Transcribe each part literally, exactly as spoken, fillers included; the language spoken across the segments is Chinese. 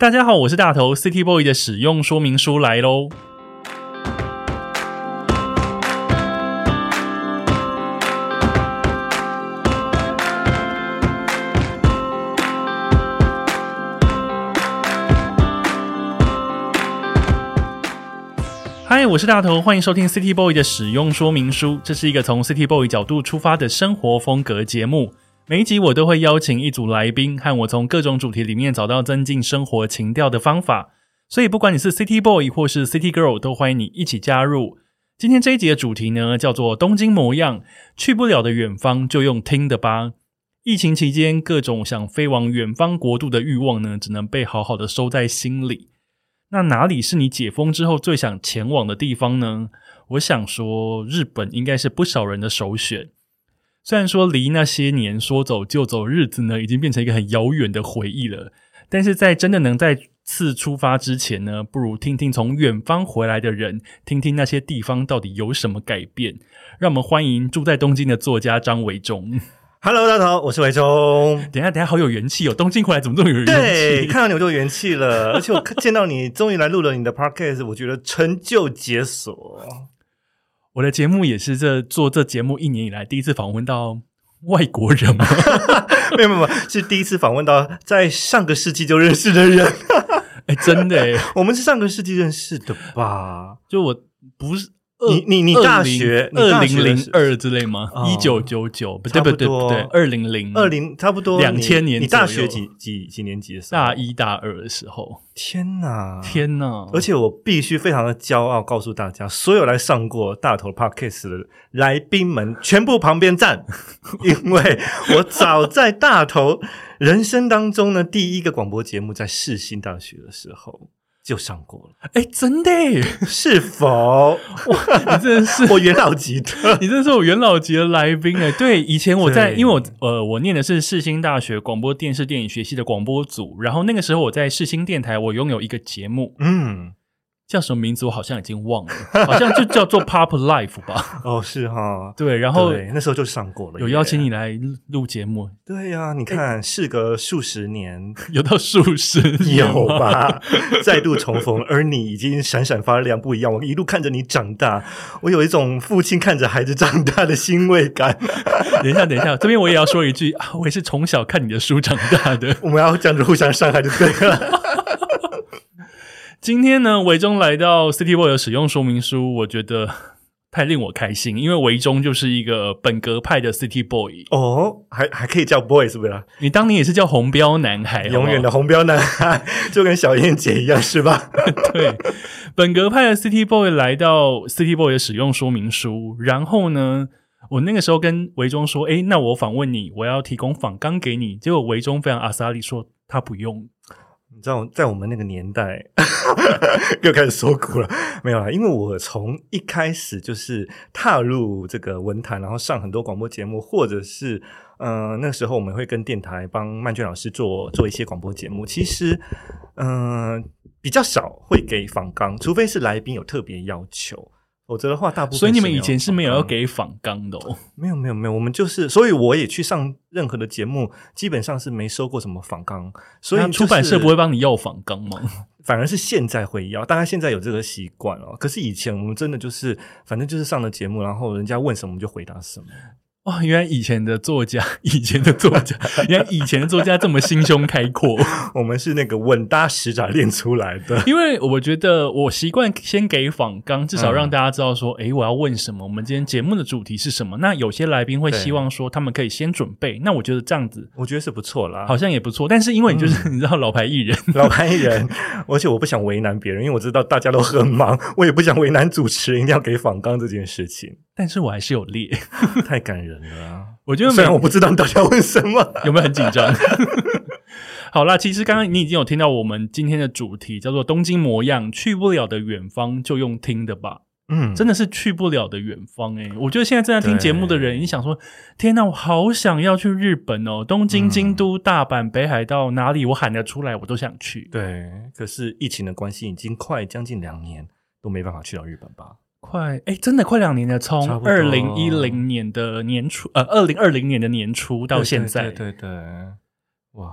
大家好，我是大头 City Boy 的使用说明书来咯。嗨，我是大头，欢迎收听 City Boy 的使用说明书。这是一个从 City Boy 角度出发的生活风格节目。每一集我都会邀请一组来宾，和我从各种主题里面找到增进生活情调的方法。所以不管你是 City Boy 或是 City Girl， 都欢迎你一起加入。今天这一集的主题呢，叫做东京模样，去不了的远方就用听的吧。疫情期间，各种想飞往远方国度的欲望呢，只能被好好的收在心里。那哪里是你解封之后最想前往的地方呢？我想说，日本应该是不少人的首选。虽然说离那些年说走就走日子呢，已经变成一个很遥远的回忆了，但是在真的能再次出发之前呢，不如听听从远方回来的人，听听那些地方到底有什么改变。让我们欢迎住在东京的作家张维中。 Hello， 大头，我是维中。 等一下，等一下，好有元气哦！东京回来怎么这么有元气？ 对，看到你我就有元气了，而且我见到你终于来录了你的 podcast， 我觉得成就解锁。 我的节目也是这做这节目一年以来第一次访问到外国人吗？ 没有没有，是第一次访问到在上个世纪就认识的人。 哎，真的耶， 我们是上个世纪认识的吧？ 就我不是。 你你你大学二零零二之类吗？一九九九不对不对不对，二零零二零差不多两千年。 你大学几几几年级的时候？ 大一大二的时候。 天哪天哪！ 而且我必须非常的骄傲告诉大家，所有来上过大头 podcast 的来宾们全部旁边站，因为我早在大头人生当中呢第一个广播节目在世新大学的时候就上过了。 哎，真的耶？ 是否？ 哇，你真的是我元老级的， 你真的是我元老级的来宾哎。对，以前我在，因为我呃，我念的是世新大学广播电视电影学系的广播组，然后那个时候我在世新电台，我拥有一个节目，嗯。叫什么名字我好像已经忘了，好像就叫做 Pop Life 吧。 哦，是哈， 对，然后对那时候就上过了， 有邀请你来录节目。 对呀、啊，你看，事隔数十年， 有到数十年有吧？再度重逢，而你已经闪闪发亮，不一样。我一路看着你长大，我有一种父亲看着孩子长大的欣慰感。 等一下，等一下，这边我也要说一句啊，我也是从小看你的书长大的。 我们要这样子互相伤害就对了。 今天呢，维中来到 City Boy 的使用说明书，我觉得太令我开心，因为维中就是一个本格派的 City Boy 哦，还还可以叫 boy 是不是？ 你当年也是叫红标男孩， 永远的红标男孩，就跟小燕姐一样是吧？ 对，本格派的 City Boy 来到 City Boy 的使用说明书，然后呢，我那个时候跟维中说，诶，那我访问你，我要提供访纲给你，结果维中非常阿萨利说他不用。 你知道在我们那个年代又开始说苦了，没有啦，因为我从一开始就是踏入这个文坛，然后上很多广播节目，或者是呃那时候我们会跟电台帮曼娟老师做做一些广播节目，其实嗯、呃、比较少会给访纲，除非是来宾有特别要求，否则的话大部分是。 所以你们以前是没有要给访纲的哦？ 没有没有没有，我们就是所以我也去上任何的节目基本上是没收过什么访纲，所以、就是、 出版社不会帮你要访纲吗？ 反而是现在会要，大概现在有这个习惯了，可是以前我们真的就是反正就是上了节目，然后人家问什么我们就回答什么。 哦，原来以前的作家，以前的作家，原来以前的作家这么心胸开阔。 我们是那个稳搭实打练出来的。 因为我觉得我习惯先给访纲，至少让大家知道说，诶、嗯、我要问什么，我们今天节目的主题是什么。那有些来宾会希望说，他们可以先准备。那我觉得这样子， 我觉得是不错啦， 好像也不错。但是因为你就是、嗯、你知道老牌艺人， 老牌艺人，而且我不想为难别人，因为我知道大家都很忙，我也不想为难主持人，一定要给访纲这件事情。 但是我还是有列， 太感人了啊！ 我觉得虽然我不知道你到底要问什么， 有没有很紧张？好啦，其实刚刚你已经有听到我们今天的主题叫做东京模样，去不了的远方就用听的吧。嗯，真的是去不了的远方诶、欸、我觉得现在正在听节目的人你想说，天哪，我好想要去日本哦，东京、京都、大阪、北海道，哪里我喊得出来我都想去。 对，可是疫情的关系已经快将近两年都没办法去到日本吧。 快哎，真的快两年了，从二零一零年的年初，呃，二零二零年的年初到现在， 对对 对, 对, 对，哇！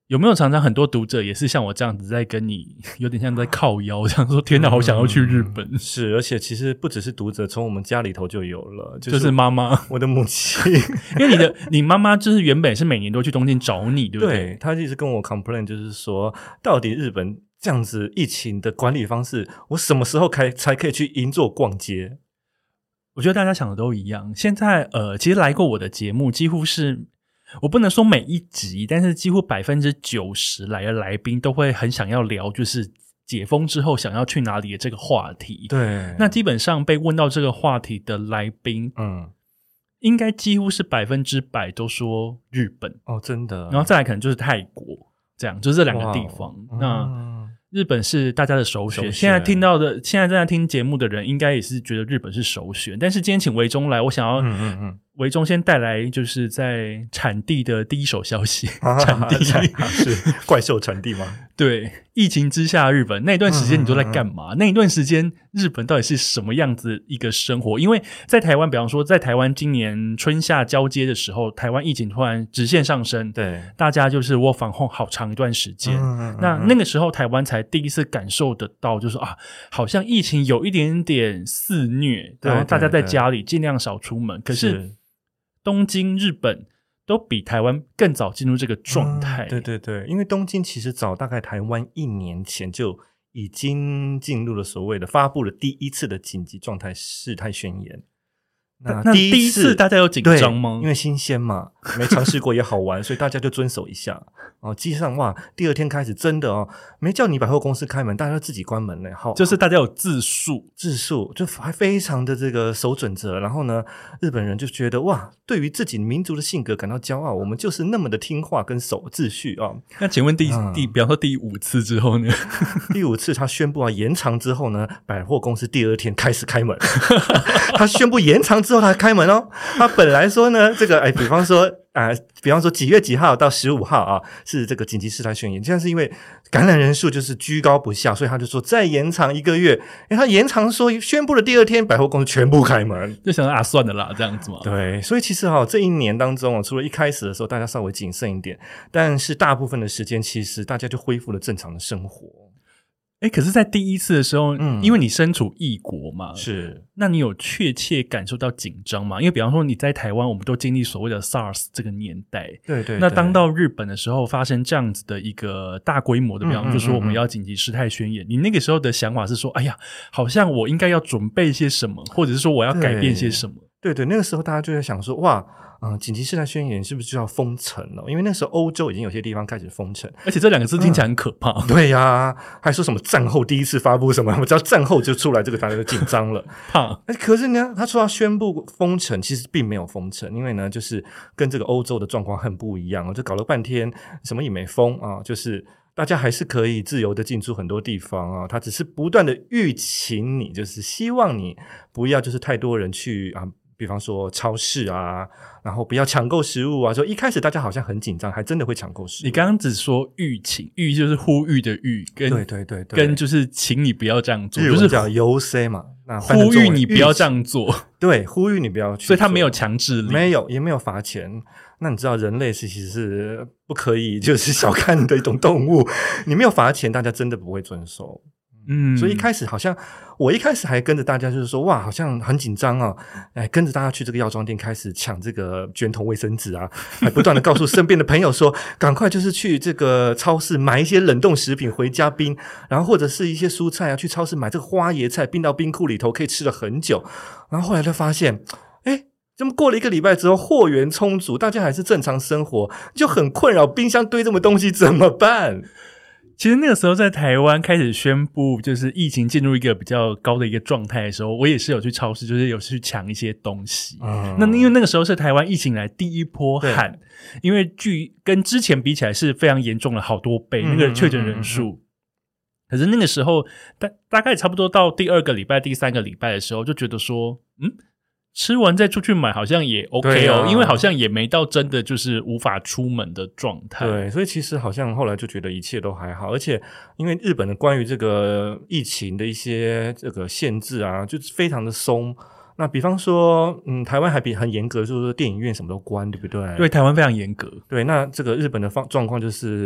有没有常常很多读者也是像我这样子在跟你有点像在靠腰这样说，天哪好想要去日本、 嗯、是，而且其实不只是读者，从我们家里头就有了，就是、 就是妈妈我的母亲因为你的你妈妈就是原本是每年都去东京找你对不对？ 对，她一直跟我 complain 就是说到底日本这样子疫情的管理方式，我什么时候才才可以去银座逛街？ 我觉得大家想的都一样，现在呃，其实来过我的节目几乎是我不能说每一集，但是几乎百分之九十来的来宾都会很想要聊就是解封之后想要去哪里的这个话题。 对， 那基本上被问到这个话题的来宾嗯，应该几乎是百分之百都说日本哦，真的。 然后再来可能就是泰国，这样就这两个地方、wow, 那、嗯日本是大家的首选，首选现在听到的现在正在听节目的人应该也是觉得日本是首选，但是今天请维中来，我想要嗯嗯嗯维中先带来就是在产地的第一手消息、啊、产地是怪兽产地吗？ 对，疫情之下日本那段时间你都在干嘛、嗯嗯嗯、那一段时间日本到底是什么样子一个生活？因为在台湾比方说在台湾今年春夏交接的时候，台湾疫情突然直线上升， 对， 大家就是work from home好长一段时间、嗯嗯嗯、那那个时候台湾才第一次感受得到就是啊，好像疫情有一点点肆虐，然后大家在家里尽量少出门，可是东京日本都比台湾更早进入这个状态、 嗯、对对对，因为东京其实早大概台湾一年前就已经进入了所谓的发布了第一次的紧急状态事态宣言。 那, 那第一次大家有紧张吗？ 因为新鲜嘛，没尝试过也好玩所以大家就遵守一下哦。基本上哇，第二天开始真的哦，没叫你百货公司开门，大家都自己关门了。好， 就是大家有自述自述就还非常的这个守准则。然后呢，日本人就觉得哇，对于自己民族的性格感到骄傲，我们就是那么的听话跟守秩序啊、哦。 那请问第、嗯、第比方说第五次之后呢？ 第五次他宣布啊延长之后呢，百货公司第二天开始开门。他宣布延长之后他开门哦。他本来说呢，这个哎，比方说啊、呃，比方说几月几号到十五号啊，是这个紧急事态宣言。这样是因为感染人数就是居高不下，所以他就说再延长一个月。因为他延长说宣布的第二天，百货公司全部开门， 就想啊，算了啦，这样子嘛。 对，所以其实哈、哦，这一年当中啊，除了一开始的时候大家稍微谨慎一点，但是大部分的时间其实大家就恢复了正常的生活。 哎，可是在第一次的时候、嗯、因为你身处异国嘛， 是， 那你有确切感受到紧张吗？因为比方说你在台湾我们都经历所谓的 SARS 这个年代， 对 对, 对， 那当到日本的时候发生这样子的一个大规模的比方说就说我们要紧急事态宣言、嗯嗯嗯、你那个时候的想法是说哎呀，好像我应该要准备些什么，或者是说我要改变些什么？ 对 对, 对，那个时候大家就在想说哇嗯，紧急事态宣言是不是就要封城了？因为那时候欧洲已经有些地方开始封城， 而且这两个字听起来很可怕。 嗯、对呀、啊，还说什么战后第一次发布什么，我知道战后就出来这个，大家就紧张了。 怕。 可是呢，他说要宣布封城，其实并没有封城，因为呢，就是跟这个欧洲的状况很不一样，就搞了半天什么也没封啊，就是大家还是可以自由的进出很多地方啊。他只是不断的预请你，就是希望你不要就是太多人去啊。比方说超市啊，然后不要抢购食物啊，就一开始大家好像很紧张，还真的会抢购食物。 你刚刚只说预请，预就是呼吁的吁，跟对对对对， 跟就是请你不要这样做， 日文叫要請嘛，那呼吁你不要这样做， 对，呼吁你不要去做， 所以他没有强制力， 没有，也没有罚钱。那你知道人类是其实是不可以就是小看的一种动物，你没有罚钱，大家真的不会遵守。嗯，所以一开始好像我一开始还跟着大家就是说哇好像很紧张哦，哎跟着大家去这个药妆店开始抢这个卷筒卫生纸啊，还不断的告诉身边的朋友说赶快就是去这个超市买一些冷冻食品回家冰，然后或者是一些蔬菜啊，去超市买这个花椰菜冰到冰库里头可以吃了很久。然后后来就发现哎这么过了一个礼拜之后货源充足，大家还是正常生活，就很困扰，冰箱堆这么东西怎么办？ 其实那个时候在台湾开始宣布就是疫情进入一个比较高的一个状态的时候，我也是有去超市就是有去抢一些东西、嗯、那因为那个时候是台湾疫情来第一波喊，因为距跟之前比起来是非常严重了好多倍、嗯、那个确诊人数、嗯嗯嗯、可是那个时候大大概差不多到第二个礼拜第三个礼拜的时候就觉得说嗯吃完再出去买好像也 OK 哦、啊、因为好像也没到真的就是无法出门的状态。 对，所以其实好像后来就觉得一切都还好，而且因为日本的关于这个疫情的一些这个限制啊就是非常的松。那比方说嗯，台湾还比很严格，就是说电影院什么都关，对不对？ 对，台湾非常严格。 对，那这个日本的方状况就是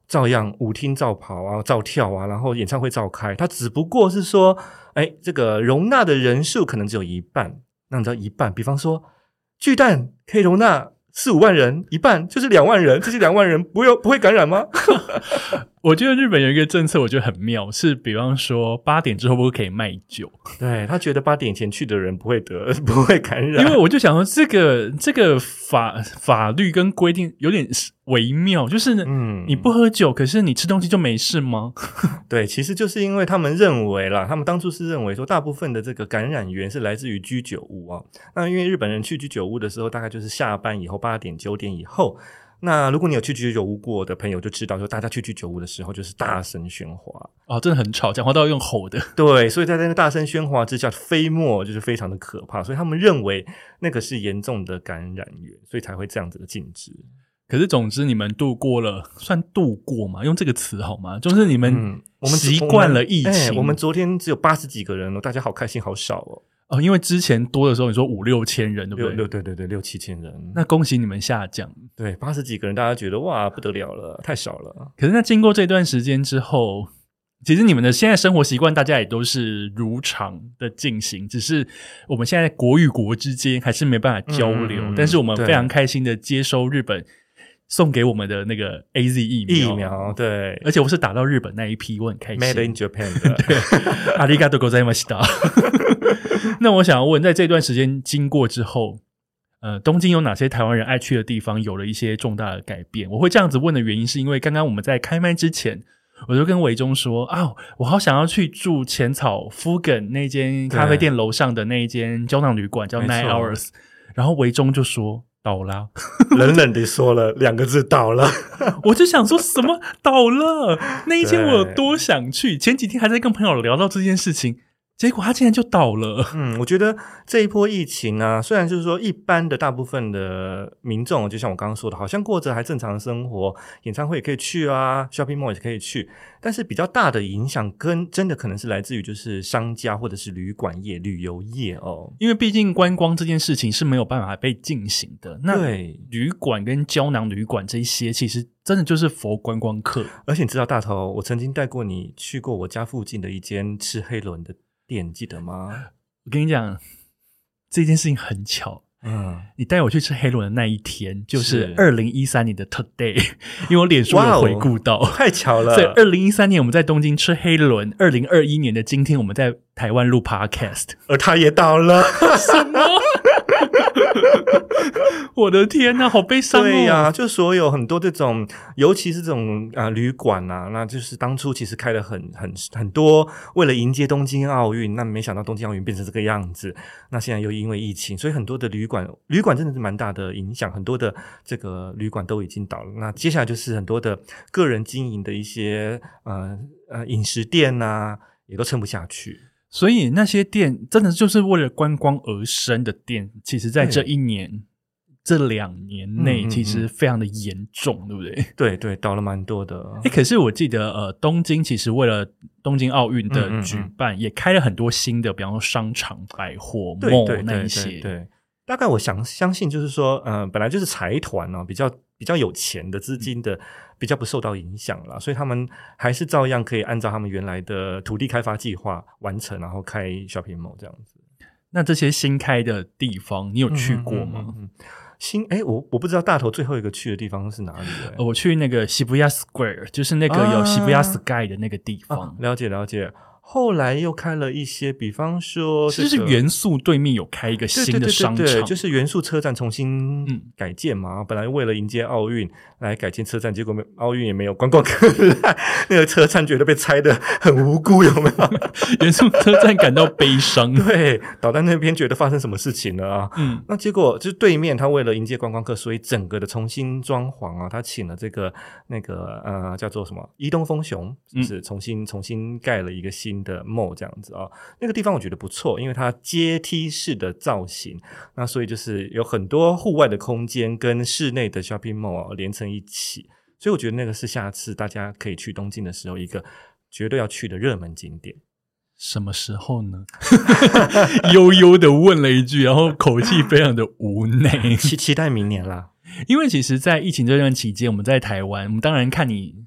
照样舞厅照跑啊，照跳啊，然后演唱会照开。它只不过是说，哎，这个容纳的人数可能只有一半。那你知道一半，比方说巨蛋可以容纳四五万人，一半就是两万人，这些两万人不会不会感染吗？ 我觉得日本有一个政策，我觉得很妙，是比方说八点之后不可以卖酒， 对，他觉得八点前去的人不会得不会感染， 因为我就想说这个这个法法律跟规定有点微妙，就是呢、嗯、你不喝酒，可是你吃东西就没事吗？ 对，其实就是因为他们认为啦，他们当初是认为说大部分的这个感染源是来自于居酒屋啊。那因为日本人去居酒屋的时候，大概就是下班以后八点九点以后。那如果你有去居酒屋过的朋友就知道说，大家去居酒屋的时候就是大声喧哗哦，真的很吵，讲话都要用吼的。 对，所以在那个大声喧哗之下，飞沫就是非常的可怕，所以他们认为那个是严重的感染源，所以才会这样子的禁止。 可是总之你们度过了，算度过吗？用这个词好吗？就是你们习惯了疫情、嗯我, 我, 我们昨天只有八十几个人哦，大家好开心好少哦。 哦，因为之前多的时候你说五六千人，对不对？ 六对对对六七千人。 那恭喜你们下降。 对，八十几个人，大家觉得哇不得了了，太少了。 可是那经过这段时间之后，其实你们的现在生活习惯，大家也都是如常的进行，只是我们现在国与国之间还是没办法交流。嗯、但是我们非常开心的接收日本送给我们的那个 A Z 疫苗， 疫苗对， 而且我是打到日本那一批，我很开心。 Made in Japan 的， 对，ありがとうございました。那我想要问，在这段时间经过之后，呃，东京有哪些台湾人爱去的地方有了一些重大的改变？我会这样子问的原因，是因为刚刚我们在开麦之前，我就跟维中说啊，我好想要去住浅草夫梗那间咖啡店楼上的那一间胶囊旅馆，叫 Nine Hours， 然后维中就说倒了， 冷冷地说了两个字倒了。 我就想说什么倒了？那一间我有多想去，前几天还在跟朋友聊到这件事情。结果他竟然就倒了。 嗯，我觉得这一波疫情啊，虽然就是说一般的大部分的民众，就像我刚刚说的，好像过着还正常的生活，演唱会也可以去啊 ，shopping mall 也可以去，但是比较大的影响跟真的可能是来自于就是商家或者是旅馆业、旅游业哦， 因为毕竟观光这件事情是没有办法被进行的。那对旅馆跟胶囊旅馆这些，其实真的就是佛观光客。 而且你知道大头，我曾经带过你去过我家附近的一间吃黑轮的店，记得吗？ 我跟你讲，这件事情很巧。嗯，你带我去吃黑轮的那一天就是二零一三年的 Today， 因为我脸书有回顾到， 太巧了。 所以二零一三年我们在东京吃黑轮，二零二一年的今天我们在台湾录 Podcast， 而他也倒了。 什么？我的天哪，好悲伤哦！ 对呀、啊，就所有很多这种，尤其是这种啊、呃、旅馆啊，那就是当初其实开了很很很多，为了迎接东京奥运，那没想到东京奥运变成这个样子，那现在又因为疫情，所以很多的旅馆，旅馆真的是蛮大的影响，很多的这个旅馆都已经倒了。那接下来就是很多的个人经营的一些呃呃饮食店啊，也都撑不下去。 所以那些店真的就是为了观光而生的店，其实在这一年这两年内其实非常的严重、嗯嗯嗯、对不对？ 对对，倒了蛮多的。 诶，可是我记得呃，东京其实为了东京奥运的举办、嗯嗯嗯、也开了很多新的，比方说商场、百货、mall 那一些。 对对对对，大概我想相信就是说呃，本来就是财团哦，比较比较有钱的资金的、嗯、比较不受到影响啦，所以他们还是照样可以按照他们原来的土地开发计划完成，然后开 shopping mall 这样子。 那这些新开的地方你有去过吗？ 嗯嗯嗯嗯新诶我我不知道大头最后一个去的地方是哪里、 呃、我去那个 Shibuya Square， 就是那个有 Shibuya Sky 的那个地方、 啊啊、了解了解。后来又开了一些，比方说、这个、 就是元素对面有开一个新的商场， 对对对对对，就是元素车站重新改建嘛、嗯、本来为了迎接奥运来改建车站，结果奥运也没有观光客来，那个车站觉得被拆得很无辜，有没有？ 元素车站感到悲伤。 对，导弹那边觉得发生什么事情了啊？嗯，那结果就是对面他为了迎接观光客，所以整个的重新装潢啊，他请了这个那个呃叫做什么伊东丰雄，就是重新、嗯、重新盖了一个新的 mall 这样子啊、哦，那个地方我觉得不错，因为它阶梯式的造型，那所以就是有很多户外的空间跟室内的 shopping mall、哦、连成一起，所以我觉得那个是下次大家可以去东京的时候一个绝对要去的热门景点。 什么时候呢？悠悠的问了一句，然后口气非常的无奈。 期期待明年啦。 因为其实在疫情这段期间，我们在台湾，我们当然看你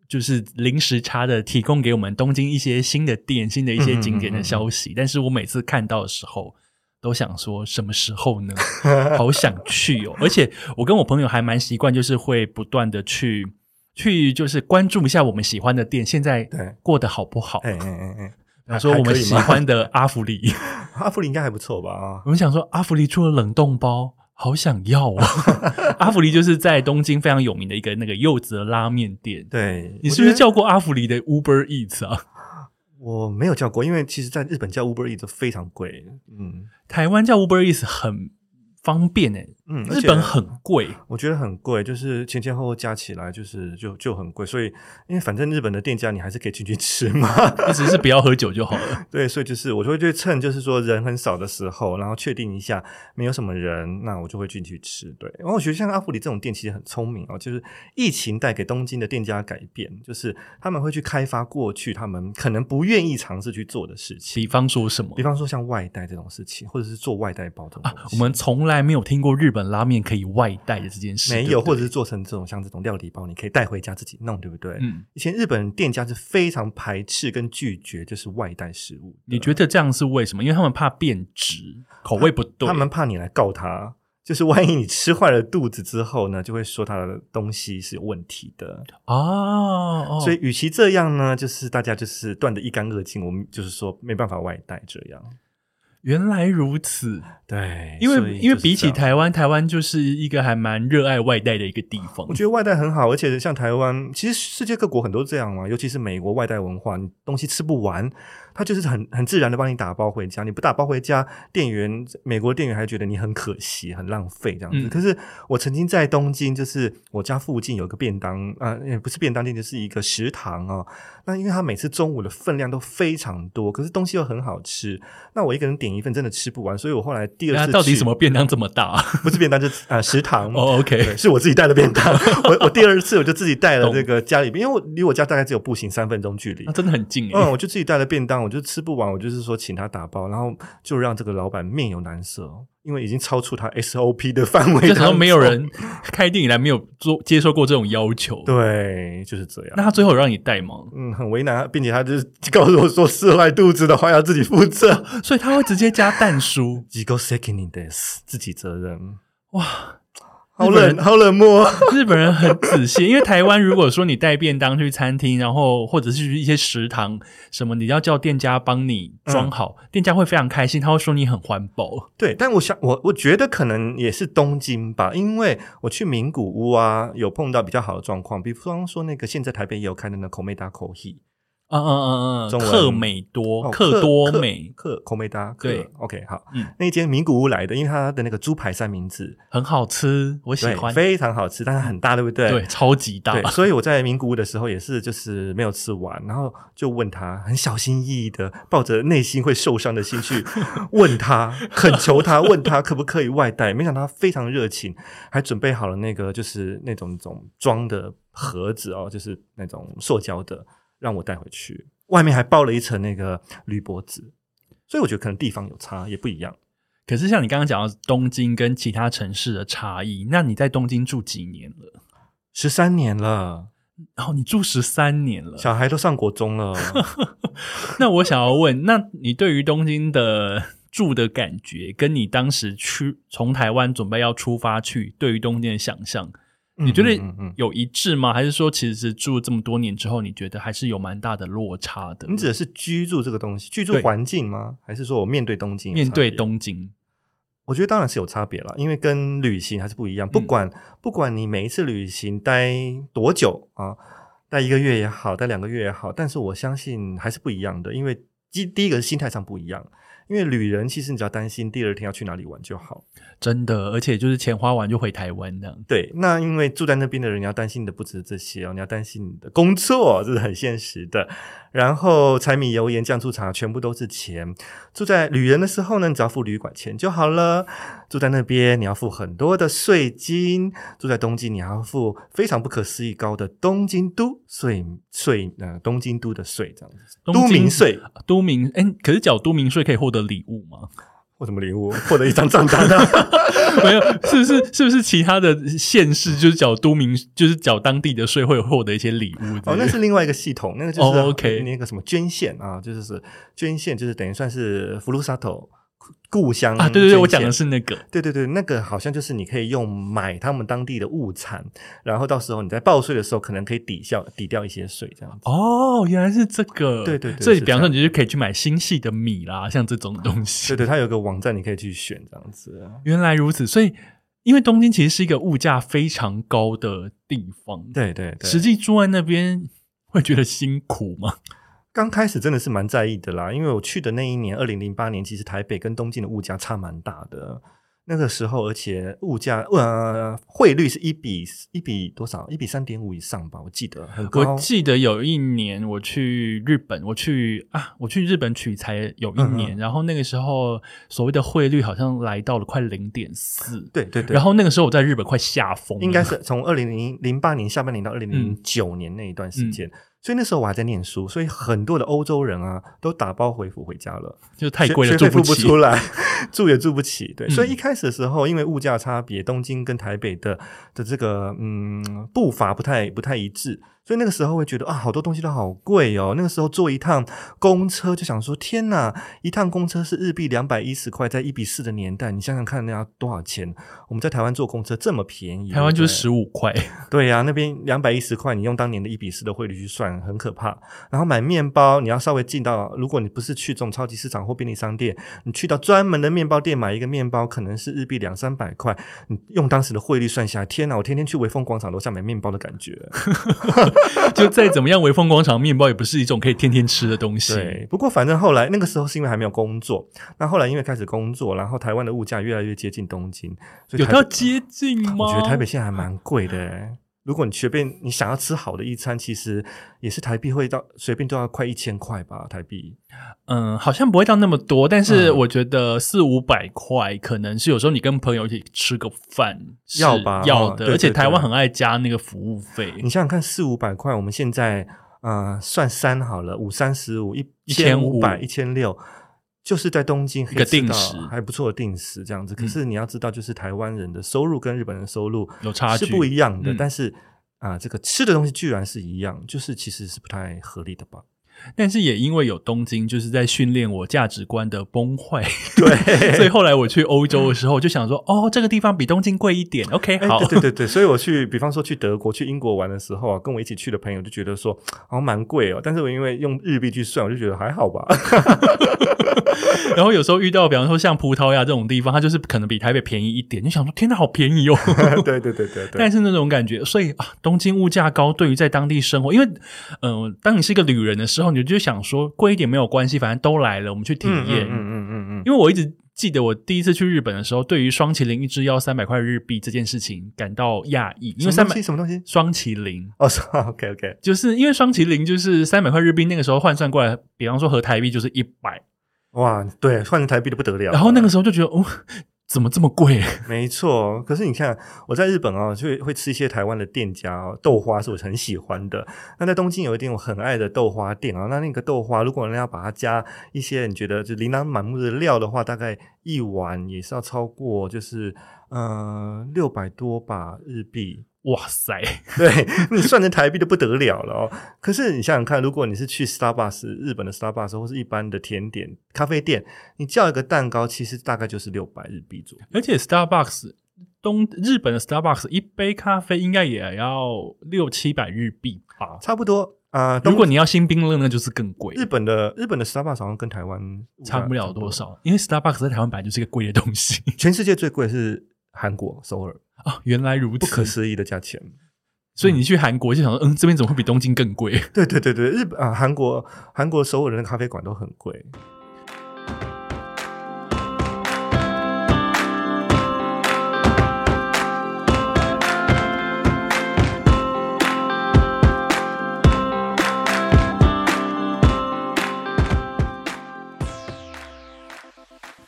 就是临时差的提供给我们东京一些新的店、新的一些景点的消息，嗯嗯嗯嗯，但是我每次看到的时候都想说什么时候呢？好想去哦！而且我跟我朋友还蛮习惯，就是会不断的去去就是关注一下我们喜欢的店现在过得好不好。 哎哎哎哎， 比如说我们喜欢的阿芙丽， 阿芙丽应该还不错吧？ 我们想说阿芙丽出了冷冻包。好想要哦！阿芙丽就是在东京非常有名的一个那个柚子的拉面店。 对， 你是不是叫过阿芙丽的 Uber Eats 啊？ 我没有叫过，因为其实在日本叫 Uber Eats 非常贵。嗯， 台湾叫 Uber Eats 很方便诶、欸，嗯，日本很贵， 我觉得很贵，就是前前后后加起来就是就就很贵，所以因为反正日本的店家你还是可以进去吃嘛， 你只是不要喝酒就好了。 对，所以就是我就会去趁就是说人很少的时候，然后确定一下没有什么人，那我就会进去吃。对，然后我觉得像阿芙丽这种店其实很聪明哦，就是疫情带给东京的店家改变，就是他们会去开发过去他们可能不愿意尝试去做的事情， 比方说什么？ 比方说像外带这种事情，或者是做外带包这种东西、 啊、我们从来没有听过日本拉面可以外带的这件事， 没有， 对对或者是做成这种像这种料理包，你可以带回家自己弄，对不对？ 嗯， 以前日本店家是非常排斥跟拒绝就是外带食物。 你觉得这样是为什么？因为他们怕变质，口味不对， 他们怕你来告他。就是万一你吃坏了肚子之后呢，就会说他的东西是有问题的哦，哦所以与其这样呢，就是大家就是断得一干二净，我们就是说没办法外带这样。 原来如此， 对， 因为因为比起台湾，台湾就是一个还蛮热爱外带的一个地方。 我觉得外带很好，而且像台湾，其实世界各国很多这样嘛，尤其是美国外带文化，你东西吃不完，他就是很很自然的帮你打包回家，你不打包回家，店员美国店员还觉得你很可惜、很浪费这样子。嗯、可是我曾经在东京，就是我家附近有个便当啊，也、呃、不是便当店，就是一个食堂哦。那因为他每次中午的分量都非常多，可是东西又很好吃，那我一个人点一份真的吃不完，所以我后来第二次去， 到底什么便当这么大？ 不是便当，就是啊、呃、食堂。 哦、oh, ，OK， 是我自己带的便当。我我第二次我就自己带了这个家里边，因为我离我家大概只有步行三分钟距离， 那、啊、真的很近耶。 嗯，我就自己带了便当，我就吃不完，我就是说请他打包，然后就让这个老板面有难色。因为已经超出他 S O P 的范围， 就时候没有人开店以来没有做接受过这种要求， 对，就是这样。 那他最后有让你带吗？ 嗯，很为难，并且他就是告诉我说，吃坏肚子的话要自己负责， 所以他会直接加蛋酥， 自己責任です，自己责任。 哇！ 好冷，好冷漠。 日本人很仔细，因为台湾如果说你带便当去餐厅，然后或者是去一些食堂什么，你要叫店家帮你装好，嗯、店家会非常开心，他会说你很环保。 对，但我想，我我觉得可能也是东京吧，因为我去名古屋啊，有碰到比较好的状况，比方说那个现在台北也有开的那个 Komeda Coffee。 嗯嗯嗯嗯，克美多、哦、克多美、 克口美达， 对 ，OK， 好，嗯，那一间名古屋来的，因为它的那个猪排三明治很好吃，我喜欢， 非常好吃，但是很大，对不对？ 对，超级大。 对，所以我在名古屋的时候也是，就是没有吃完，然后就问他，很小心翼翼的，抱着内心会受伤的心去问他，恳求他，问他可不可以外带。没想到他非常热情，还准备好了那个就是那种种装的盒子哦，就是那种塑胶的。让我带回去，外面还包了一层那个铝箔纸，所以我觉得可能地方有差，也不一样。 可是像你刚刚讲到东京跟其他城市的差异，那你在东京住几年了？ 十三年了。 然后、哦、你住十三年了， 小孩都上国中了。 那我想要问，那你对于东京的住的感觉，跟你当时去从台湾准备要出发去，对于东京的想象？你觉得有一致吗？嗯嗯嗯、还是说其实住这么多年之后，你觉得还是有蛮大的落差的？ 你指的是居住这个东西，居住环境吗？还是说我面对东京？ 面对东京， 我觉得当然是有差别啦，因为跟旅行还是不一样。不管、嗯、不管你每一次旅行待多久啊，待一个月也好，待两个月也好，但是我相信还是不一样的，因为第一个是心态上不一样。因为旅人其实你只要担心第二天要去哪里玩就好， 真的，而且就是钱花完就回台湾的。 对，那因为住在那边的人，你要担心的不止这些哦，你要担心你的工作，这是很现实的。然后柴米油盐酱醋茶全部都是钱。住在旅人的时候呢，你只要付旅馆钱就好了。住在那边你要付很多的税金，住在东京你还要付非常不可思议高的东京都税税呃东京都的税这样子。都民税， 都民哎，可是缴都民税可以获得礼物吗？ 获什么礼物？获得一张账单啊？ 没有，是不是是不是其他的县市就是缴都民就是缴当地的税会获得一些礼物？ 哦，那是另外一个系统，那个就是、 哦 OK 那个什么捐献啊，就是捐献，就是等于算是福禄萨头。故乡啊，对对对，我讲的是那个， 对对对，那个好像就是你可以用买他们当地的物产，然后到时候你在报税的时候可能可以抵消抵掉一些税这样子。 哦，原来是这个， 对对对， 所以比方说你就可以去买新系的米啦，像这种东西。 对对，它有个网站你可以去选这样子。 原来如此，所以因为东京其实是一个物价非常高的地方， 对对对， 实际住在那边会觉得辛苦吗？ 刚开始真的是蛮在意的啦，因为我去的那一年二零零八年，其实台北跟东京的物价差蛮大的。那个时候，而且物价呃汇率是一比一比多少？一比三点五以上吧，我记得很高。 我记得有一年我去日本，我去啊，我去日本取材有一年，嗯、然后那个时候所谓的汇率好像来到了快零点四， 对对对。 然后那个时候我在日本快吓疯了， 应该是从二零零八年下半年到二零零九年那一段时间。嗯嗯，所以那时候我还在念书，所以很多的欧洲人啊都打包回府回家了， 就太贵了， 学费付住不起不出来，住也住不起。对，嗯、所以一开始的时候，因为物价差别，东京跟台北的的这个嗯步伐不太不太一致。所以那个时候会觉得啊，好多东西都好贵哦。那个时候坐一趟公车就想说，天哪，一趟公车是日币两百一十块，在一比四的年代，你想想看那要多少钱？我们在台湾坐公车这么便宜， 台湾就是十五块。 对呀、啊，那边两百一十块，你用当年的一比四的汇率去算，很可怕。然后买面包，你要稍微进到，如果你不是去这种超级市场或便利商店，你去到专门的面包店买一个面包，可能是日币两三百块。你用当时的汇率算下来，天哪，我天天去微风广场楼下买面包的感觉。 就再怎么样，微风广场面包也不是一种可以天天吃的东西。 对，不过反正后来那个时候是因为还没有工作，那后来因为开始工作，然后台湾的物价越来越接近东京，所以有到接近吗？ 我觉得台北现在还蛮贵的耶。如果你随便你想要吃好的一餐，其实也是台币会到随便都要快一千块吧，台币。 嗯，好像不会到那么多，但是我觉得四五百块可能是有时候你跟朋友一起吃个饭要吧， 要的， 对对对， 而且台湾很爱加那个服务费。 你想想看，四五百块，我们现在呃算三好了，五三十五，一千五百，一千六。就是在东京可以吃到还不错的定时这样子，可是你要知道，就是台湾人的收入跟日本人的收入有差距， 是不一样的。 嗯、 但是啊、呃，这个吃的东西居然是一样，就是其实是不太合理的吧。 但是也因为有东京，就是在训练我价值观的崩坏。 对， 所以后来我去欧洲的时候，就想说，哦，这个地方比东京贵一点。OK， 好， 欸、对对对，所以我去，比方说去德国、去英国玩的时候啊，跟我一起去的朋友就觉得说，好像蛮贵哦。但是我因为用日币去算，我就觉得还好吧。 然后有时候遇到，比方说像葡萄牙这种地方，它就是可能比台北便宜一点，就想说，天哪，好便宜哦。 对对对对对。 但是那种感觉，所以啊，东京物价高，对于在当地生活，因为嗯、呃，当你是一个旅人的时候，你就想说贵一点没有关系，反正都来了，我们去体验。 嗯嗯嗯嗯嗯。 因为我一直记得我第一次去日本的时候，对于双麒麟一只要三百块日币这件事情感到讶异，因为什么东西？什么东西？ 双麒麟。 哦、oh, ，OK OK， 就是因为双麒麟就是三百块日币，那个时候换算过来，比方说合台币就是一百。 哇，对，换成台币的不得了。 然后那个时候就觉得，哦，怎么这么贵？ 没错，可是你看我在日本啊，就会会吃一些台湾的店家哦，豆花是我很喜欢的。那在东京有一点我很爱的豆花店啊，那那个豆花如果人家把它加一些你觉得就琳琅满目的料的话，大概一碗也是要超过就是呃六百多吧日币。 哇塞， 对，你算成台币都不得了了哦。可是你想想看，如果你是去 Starbucks 日本的 Starbucks 或是一般的甜点咖啡店，你叫一个蛋糕其实大概就是六百日币左右。 而且 Starbucks 东日本的 Starbucks 一杯咖啡应该也要六七百日币吧， 差不多啊、呃。 如果你要新冰乐那就是更贵。 日本的日本的 Starbucks 好像跟台湾差不了多少，因为 Starbucks 在台湾本来就是一个贵的东西。 全世界最贵的是韩国首尔。 哦，原来如此， 不可思议的价钱。 所以你去韩国就想说，嗯，这边怎么会比东京更贵？ 对对对对，日本啊，韩国韩国首尔的那个咖啡馆都很贵。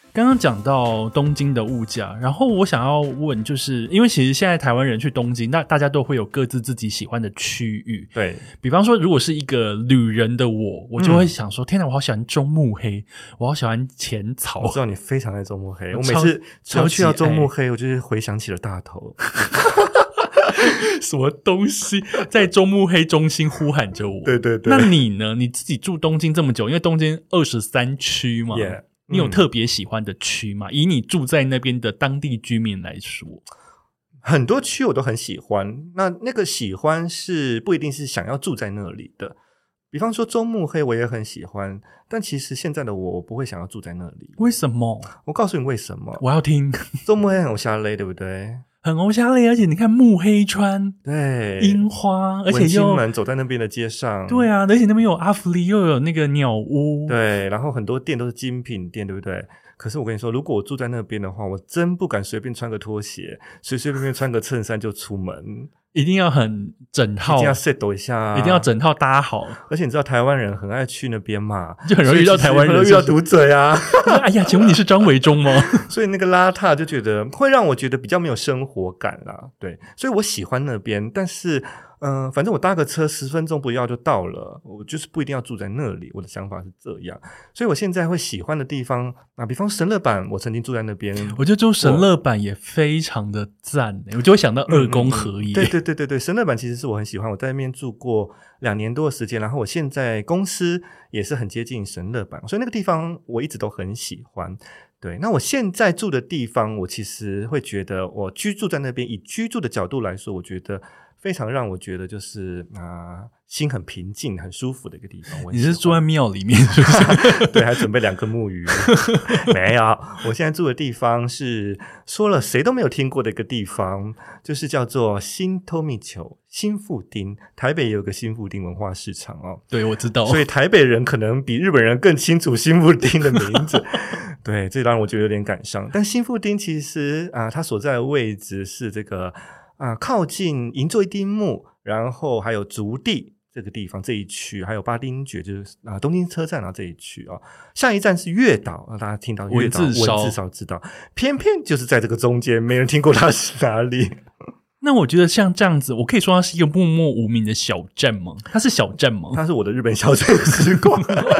刚刚讲到东京的物价，然后我想要问，就是因为其实现在台湾人去东京，那大家都会有各自自己喜欢的区域。 对， 比方说，如果是一个旅人的我，我就会想说：嗯、天哪，我好喜欢中目黑，我好喜欢浅草。 我知道你非常爱中目黑，我每次只要去到中目黑，我就是回想起了大头。 什么东西在中目黑中心呼喊着我？ 对对对。 那你呢？你自己住东京这么久，因为东京二十三区嘛。 Yeah. 你有特别喜欢的区吗、嗯、以你住在那边的当地居民来说。 很多区我都很喜欢，那那个喜欢是不一定是想要住在那里的，比方说中目黑我也很喜欢，但其实现在的我我不会想要住在那里。 为什么？ 我告诉你为什么， 我要听。 中目黑很有下勒，对不对？ 很欧夏类，而且你看目黑川， 对， 樱花，而且又文青们走在那边的街上， 对啊，而且那边有阿芙丽，又有那个鸟屋， 对，然后很多店都是精品店，对不对？可是我跟你说，如果我住在那边的话，我真不敢随便穿个拖鞋，随随便便穿个衬衫就出门。 一定要很整套， 一定要 set 一下、啊， 一定要整套搭好。 而且你知道台湾人很爱去那边嘛， 就很容易遇到台湾人， 很容易遇到毒嘴啊。 哎呀，请问你是张维忠吗？ 所以那个邋遢就觉得会让我觉得比较没有生活感啦。对，所以我喜欢那边，但是嗯、呃，反正我搭个车十分钟不要就到了，我就是不一定要住在那里。我的想法是这样，所以我现在会喜欢的地方啊，比方神乐坂，我曾经住在那边。 我觉得住神乐坂也非常的赞，我就会想到二宫和也。 嗯嗯、对对对对对，神乐坂其实是我很喜欢，我在那边住过两年多的时间，然后我现在公司也是很接近神乐坂，所以那个地方我一直都很喜欢。对，那我现在住的地方，我其实会觉得我居住在那边，以居住的角度来说，我觉得非常让我觉得就是啊、呃，心很平静、很舒服的一个地方。 你是住在庙里面是不是？ 对，还准备两颗木鱼。没有，我现在住的地方是说了谁都没有听过的一个地方，就是叫做新托密球。新富町，台北也有个新富町文化市场哦。 对，我知道。 所以台北人可能比日本人更清楚新富町的名字。对，这让我觉得有点感伤。但新富町其实啊，它所在的位置是这个啊，靠近银座一丁目，然后还有竹地这个地方这一区，还有八丁堀，就是啊东京车站啊这一区啊。下一站是月岛，啊、大家听到月岛文字烧， 文字烧知道，偏偏就是在这个中间，没人听过它是哪里。 那我觉得像这样子，我可以说它是一个默默无名的小镇吗？它是小镇吗？ 它是我的日本小镇时光。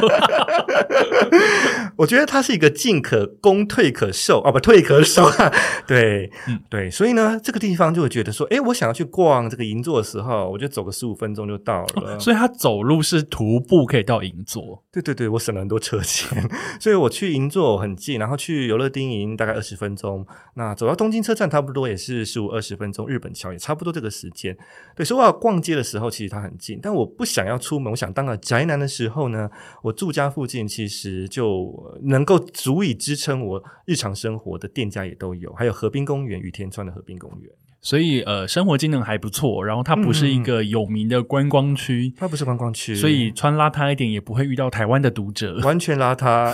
我觉得它是一个进可攻退可守哦，不退可守。对、嗯、对，所以呢这个地方就会觉得说，诶我想要去逛这个银座的时候，我就走个十五分钟就到了、 哦、所以它走路是徒步可以到银座。 对对对，我省了很多车钱。所以我去银座很近，然后去游乐町营大概二十分钟，那走到东京车站差不多也是十五二十分钟，日本桥也差不多这个时间。对，所以我要逛街的时候其实它很近，但我不想要出门，我想当个宅男的时候呢，我住家附近其实就能够足以支撑我日常生活的店家也都有，还有河滨公园，羽田川的河滨公园。 所以呃，生活机能还不错，然后它不是一个有名的观光区、嗯、 它不是观光区， 所以穿邋遢一点也不会遇到台湾的读者， 完全邋遢。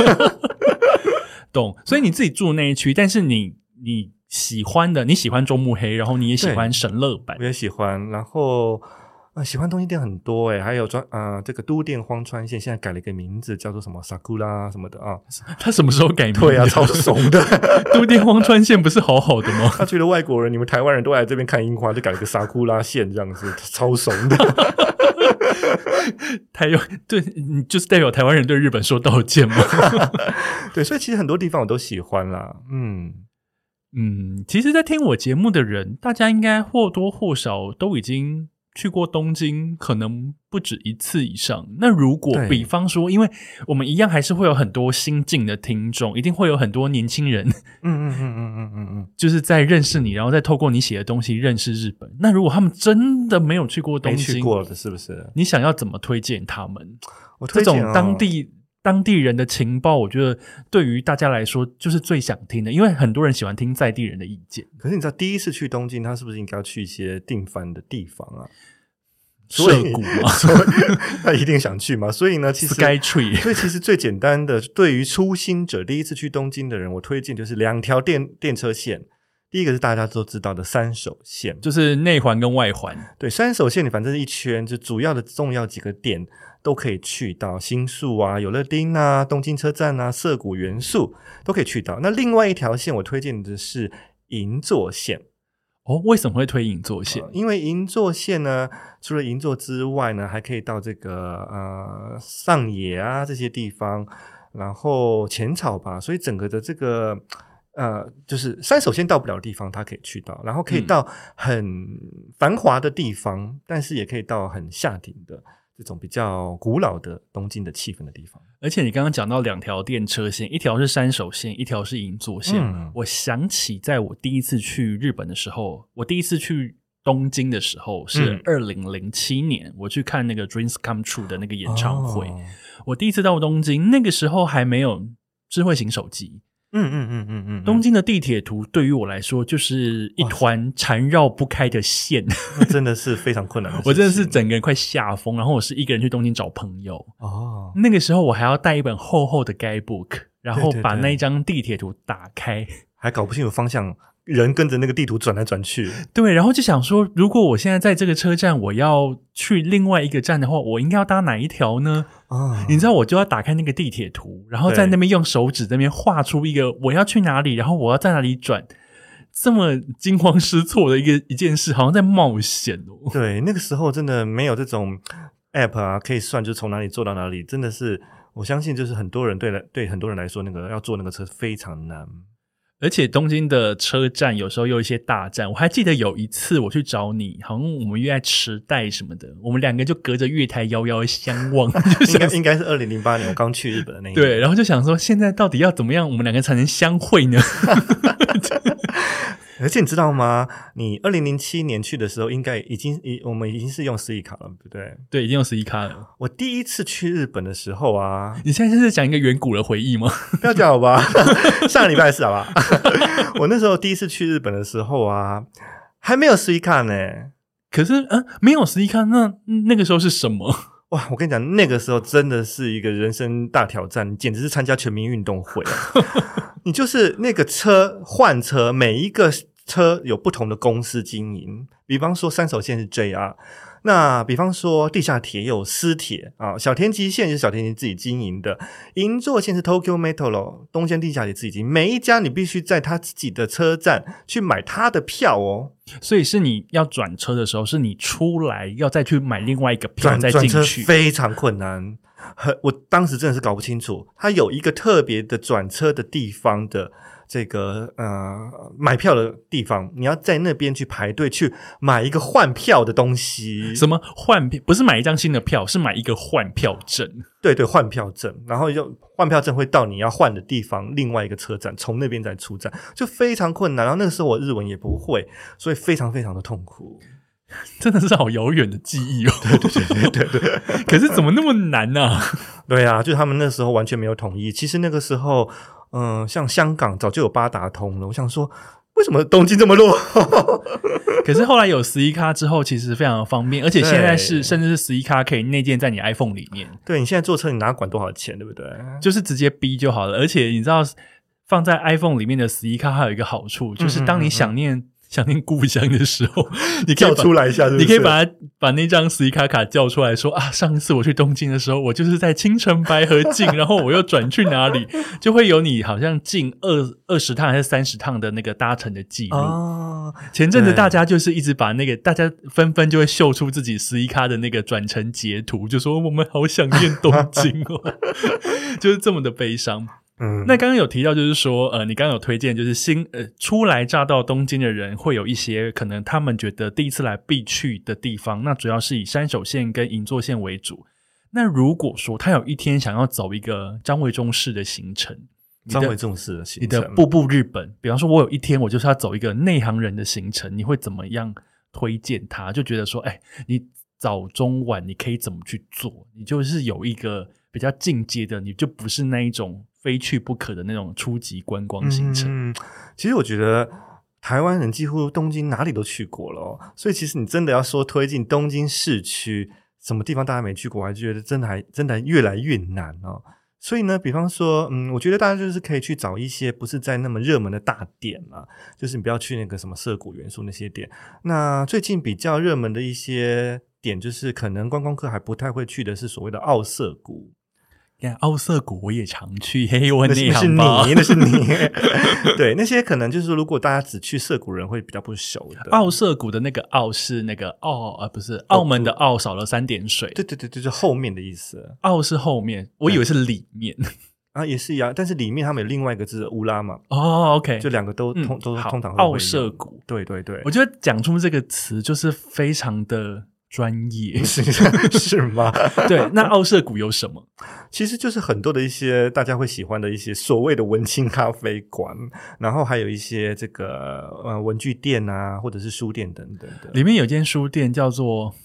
懂。所以你自己住那一区，但是你你喜欢的，你喜欢中目黑，然后你也喜欢神乐坂， 我也喜欢，然后呃，喜欢东西店很多诶，还有专呃这个都电荒川线现在改了一个名字，叫做什么 Sakura 什么的啊。 他什么时候改名字？ 对啊，超怂的。 都电荒川线不是好好的吗？ 他觉得外国人，你们台湾人都来这边看樱花，就改了个 Sakura 线这样子，超怂的。 台有对，你就是代表台湾人对日本说道歉吗？ 对，所以其实很多地方我都喜欢啦。嗯嗯，其实在听我节目的人，大家应该或多或少都已经去过东京，可能不止一次以上。那如果比方说，因为我们一样还是会有很多新进的听众，一定会有很多年轻人， 嗯嗯嗯嗯嗯嗯嗯， 就是在认识你，然后再透过你写的东西认识日本。那如果他们真的没有去过东京， 没去过的是不是？ 你想要怎么推荐他们？ 我推荐、哦、 这种当地当地人的情报，我觉得对于大家来说就是最想听的，因为很多人喜欢听在地人的意见。 可是你知道第一次去东京，他是不是应该要去一些定番的地方啊？ 涩谷嘛， 所以他一定想去嘛。所以呢，其实 Skytree， 所以其实最简单的，对于初心者第一次去东京的人，我推荐就是两条电电车线。第一个是大家都知道的三手线， 就是内环跟外环。 对，三手线你反正是一圈，就主要的重要几个点都可以去到，新宿啊、有乐町啊、东京车站啊、涩谷元素都可以去到。那另外一条线我推荐的是银座线。 哦，为什么会推银座线？ 呃、因为银座线呢，除了银座之外呢，还可以到这个呃上野啊这些地方，然后浅草吧，所以整个的这个呃就是山手线到不了的地方它可以去到，然后可以到很繁华的地方、嗯、但是也可以到很下町的这种比较古老的东京的气氛的地方。 而且你刚刚讲到两条电车线，一条是山手线，一条是银座线、嗯、我想起在我第一次去日本的时候，我第一次去东京的时候是二零零七年、嗯、我去看那个 Dreams Come True 的那个演唱会、哦、我第一次到东京，那个时候还没有智慧型手机。 嗯嗯嗯嗯嗯， 东京的地铁图对于我来说就是一团缠绕不开的线， 真的是非常困难的事情。 我真的是整个人快吓疯，然后我是一个人去东京找朋友。哦，那个时候我还要带一本厚厚的 guidebook， 然后把那一张地铁图打开， 对对对，还搞不清楚方向，人跟着那个地图转来转去。 对，然后就想说，如果我现在在这个车站，我要去另外一个站的话，我应该要搭哪一条呢？哦，你知道，我就要打开那个地铁图，然后在那边用手指在那边画出一个我要去哪里，然后我要在哪里转，这么惊慌失措的一个一件事，好像在冒险哦。 对，那个时候真的没有这种 app 啊，可以算就从哪里坐到哪里，真的是我相信，就是很多人对对很多人来说，那个要坐那个车非常难。 而且东京的车站有时候有一些大站，我还记得有一次我去找你，好像我们约在池袋什么的，我们两个就隔着月台遥遥相望应该应该是二零零八年我刚去日本的那一年。 对，然后就想说现在到底要怎么样我们两个才能相会呢？ 而且你知道吗，你二零零七年去的时候应该已经我们已经是用十一卡了，对不对？ 对，已经用十一卡了。 我第一次去日本的时候啊， 你现在是讲一个远古的回忆吗？ 不要讲好吧上个礼拜是好吧我那时候第一次去日本的时候啊，还没有十一卡呢。 可是嗯，没有十一卡，那那个时候是什么？ 哇，我跟你讲，那个时候真的是一个人生大挑战，简直是参加全民运动会你就是那个车换车，每一个车有不同的公司经营，比方说山手线是 J R， 那比方说地下铁有私铁啊，小田急线是小田急自己经营的，银座线是 Tokyo Metro， 东京地下铁自己经营，每一家你必须在他自己的车站去买他的票哦。 所以是你要转车的时候，是你出来要再去买另外一个票再进去， 转车非常困难。我当时真的是搞不清楚，它有一个特别的转车的地方的这个呃买票的地方，你要在那边去排队去买一个换票的东西。 什么换票？不是买一张新的票，是买一个换票证。 对对，换票证，然后就换票证会到你要换的地方另外一个车站，从那边再出站，就非常困难。然后那个时候我日文也不会，所以非常非常的痛苦。 真的是好遥远的记忆哦。 对对对对对对。 可是怎么那么难啊？ 对啊，就是他们那时候完全没有统一。其实那个时候嗯、呃，像香港早就有八达通了，我想说为什么东京这么弱可是后来有十一卡之后其实非常的方便，而且现在是甚至是十一卡可以内建在你 iPhone 里面。 对，你现在坐车你哪管多少钱，对不对？ 就是直接逼就好了。而且你知道放在 iPhone 里面的十一卡还有一个好处，就是当你想念、嗯嗯嗯想念故乡的时候，你可以叫出来一下是不是， 你可以把它把那张十一卡卡叫出来说啊，上一次我去东京的时候，我就是在青城白河进，然后我又转去哪里，就会有你好像近二二十趟还是三十趟的那个搭乘的记录。哦，前阵子大家就是一直把那个大家纷纷就会秀出自己十一卡的那个转乘截图，就说我们好想念东京哦，就是这么的悲伤。嗯，那刚刚有提到就是说呃，你刚刚有推荐就是新呃初来乍到东京的人会有一些可能他们觉得第一次来必去的地方，那主要是以山手线跟银座线为主。那如果说他有一天想要走一个张维中式的行程， 张维中式的行程， 你的步步日本，比方说我有一天我就是要走一个内行人的行程，你会怎么样推荐他？就觉得说哎，你早中晚你可以怎么去做，你就是有一个比较进阶的，你就不是那一种非去不可的那种初级观光行程。 嗯，其实我觉得台湾人几乎东京哪里都去过了哦，所以其实你真的要说推进东京市区什么地方大家没去过，我还觉得真的还真的越来越难哦。所以呢，比方说嗯，我觉得大家就是可以去找一些不是在那么热门的大店啊，就是你不要去那个什么涩谷元素那些店。那最近比较热门的一些点就是可能观光客还不太会去的是所谓的奥瑟谷。 奥瑟谷我也常去，嘿，我很内行行吧？ 那是你，那是你。对，那些可能就是如果大家只去涩谷人会比较不熟的。 奥瑟谷的那个奥是那个澳啊，不是澳门的澳少了三点水。 对对对，就是后面的意思。 澳是后面，我以为是里面。 啊，也是一样，但是里面他们有另外一个字乌拉嘛。 哦 ，OK， 就两个都通、嗯、都通常奥瑟谷。 对对对， 我觉得讲出这个词就是非常的专业。 是, 是吗？ 对，那奥瑟谷有什么？ 其实就是很多的一些大家会喜欢的一些所谓的文青咖啡馆，然后还有一些这个呃文具店啊，或者是书店等等的。 里面有间书店叫做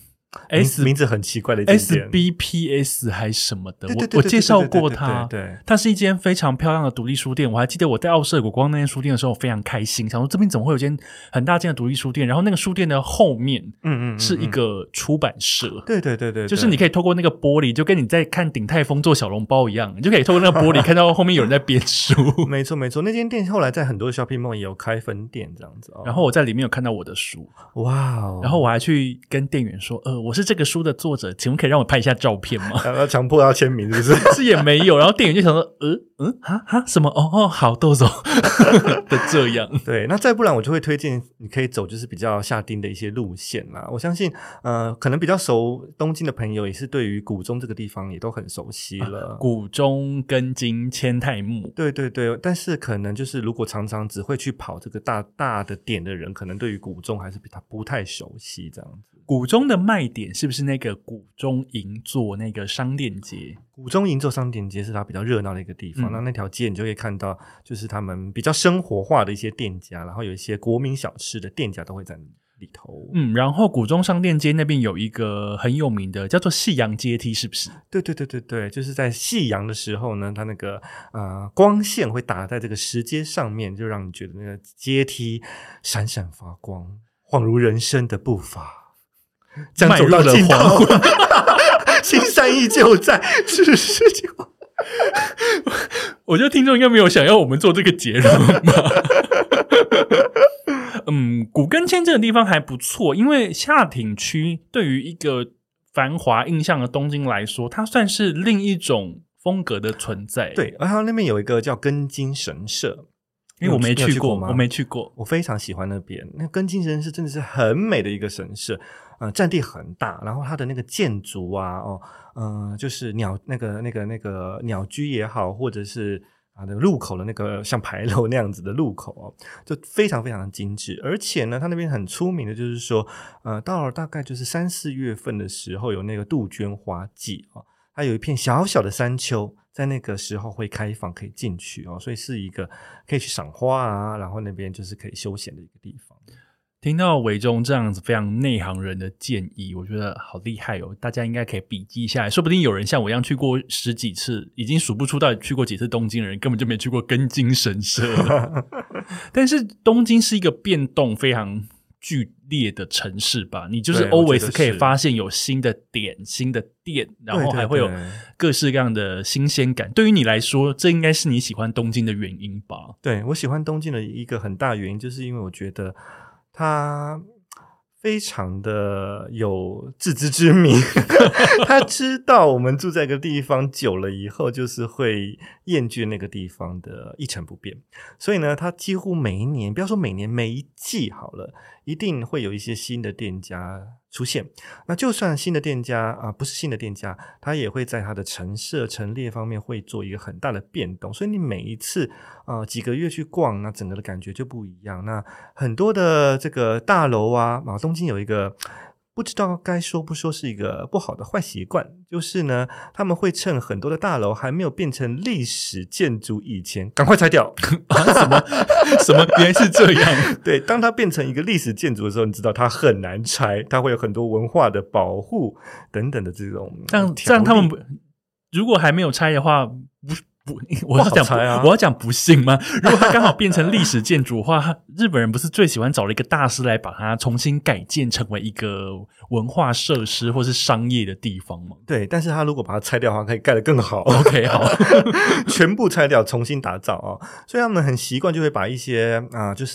S 名字很奇怪的一间店 S B P S 还是什么的，我我介绍过它， 对， 它是一间非常漂亮的独立书店。我还记得我在奥瑟谷逛那间书店的时候，我非常开心，想说这边怎么会有间很大间的独立书店？然后那个书店的后面，嗯嗯，是一个出版社， 对对对对， 就是你可以透过那个玻璃，就跟你在看鼎泰丰做小笼包一样，你就可以透过那个玻璃看到后面有人在编书。 没错没错，那间店后来在很多 shopping mall 也有开分店这样子哦。 然后我在里面有看到我的书， 哇哦！ 然后我还去跟店员说，呃，我是这个书的作者，请问可以让我拍一下照片吗？ 要强迫要签名是不是？ 是也没有，然后店员就想说，呃嗯哈哈什么哦哦好豆走的这样。 对，那再不然我就会推荐你可以走就是比较下町的一些路线啦。我相信呃，可能比较熟东京的朋友也是对于谷中这个地方也都很熟悉了。 啊、谷中根津千代目， 对对对，但是可能就是如果常常只会去跑这个大大的点的人，可能对于谷中还是比他不太熟悉这样子。 谷中的卖点是不是那个谷中银座那个商店街？ 谷中银座商店街是它比较热闹的一个地方，嗯、那那条街你就可以看到就是他们比较生活化的一些店家，然后有一些国民小吃的店家都会在里头。 嗯，然后谷中商店街那边有一个很有名的叫做夕阳阶梯，是不是？ 对对对对对，就是在夕阳的时候呢，它那个呃光线会打在这个石阶上面，就让你觉得那个阶梯闪闪发光，恍如人生的步伐。这样走到尽头，心善意就在，是是就。 我觉得听众应该没有想要我们做这个结论吧。嗯，谷根千这个地方还不错，因为下町区对于一个繁华印象的东京来说，它算是另一种风格的存在。 对，而它那边有一个叫根津神社。 因为我没去过， 吗？ 我没去过， 我非常喜欢那边。那根津神社真的是很美的一个神社，呃，占地很大，然后它的那个建筑啊，哦，呃，就是鸟那个那个那个鸟居也好，或者是啊那个入口的那个像牌楼那样子的入口哦，就非常非常的精致。而且呢，它那边很出名的就是说，呃，到了大概就是三四月份的时候，有那个杜鹃花季哦，它有一片小小的山丘。在那个时候会开放可以进去哦，所以是一个可以去赏花啊，然后那边就是可以休闲的一个地方。 听到伟忠这样子非常内行人的建议，我觉得好厉害哦，大家应该可以笔记下来，说不定有人像我一样去过十几次，已经数不出到底去过几次东京的人根本就没去过根津神社。但是东京是一个变动非常剧烈的城市吧，你就是 always 可以发现有新的点新的店，然后还会有各式各样的新鲜感。对于你来说，这应该是你喜欢东京的原因吧？ 对，我喜欢东京的一个很大原因就是因为我觉得它非常的有自知之明。他知道我们住在一个地方久了以后就是会厌倦那个地方的一成不变，所以呢他几乎每一年，不要说每年，每一季好了，一定会有一些新的店家出现。那就算新的店家啊、呃，不是新的店家，他也会在他的陈设陈列方面会做一个很大的变动，所以你每一次呃几个月去逛，那整个的感觉就不一样。那很多的这个大楼啊，啊东京有一个不知道该说不说是一个不好的坏习惯，就是呢他们会趁很多的大楼还没有变成历史建筑以前赶快拆掉。 啊、什么什么原来是这样。 对，当它变成一个历史建筑的时候，你知道它很难拆，它会有很多文化的保护等等的这种这样这样他们如果还没有拆的话不不，我要讲、啊、我要讲不幸吗？如果它刚好变成历史建筑的话，日本人不是最喜欢找了一个大师来把它重新改建成为一个文化设施或是商业的地方吗？ 对，但是他如果把它拆掉的话，可以盖得更好。 OK， 好， 全部拆掉，重新打造啊、哦！所以他们很习惯就会把一些啊、呃，就是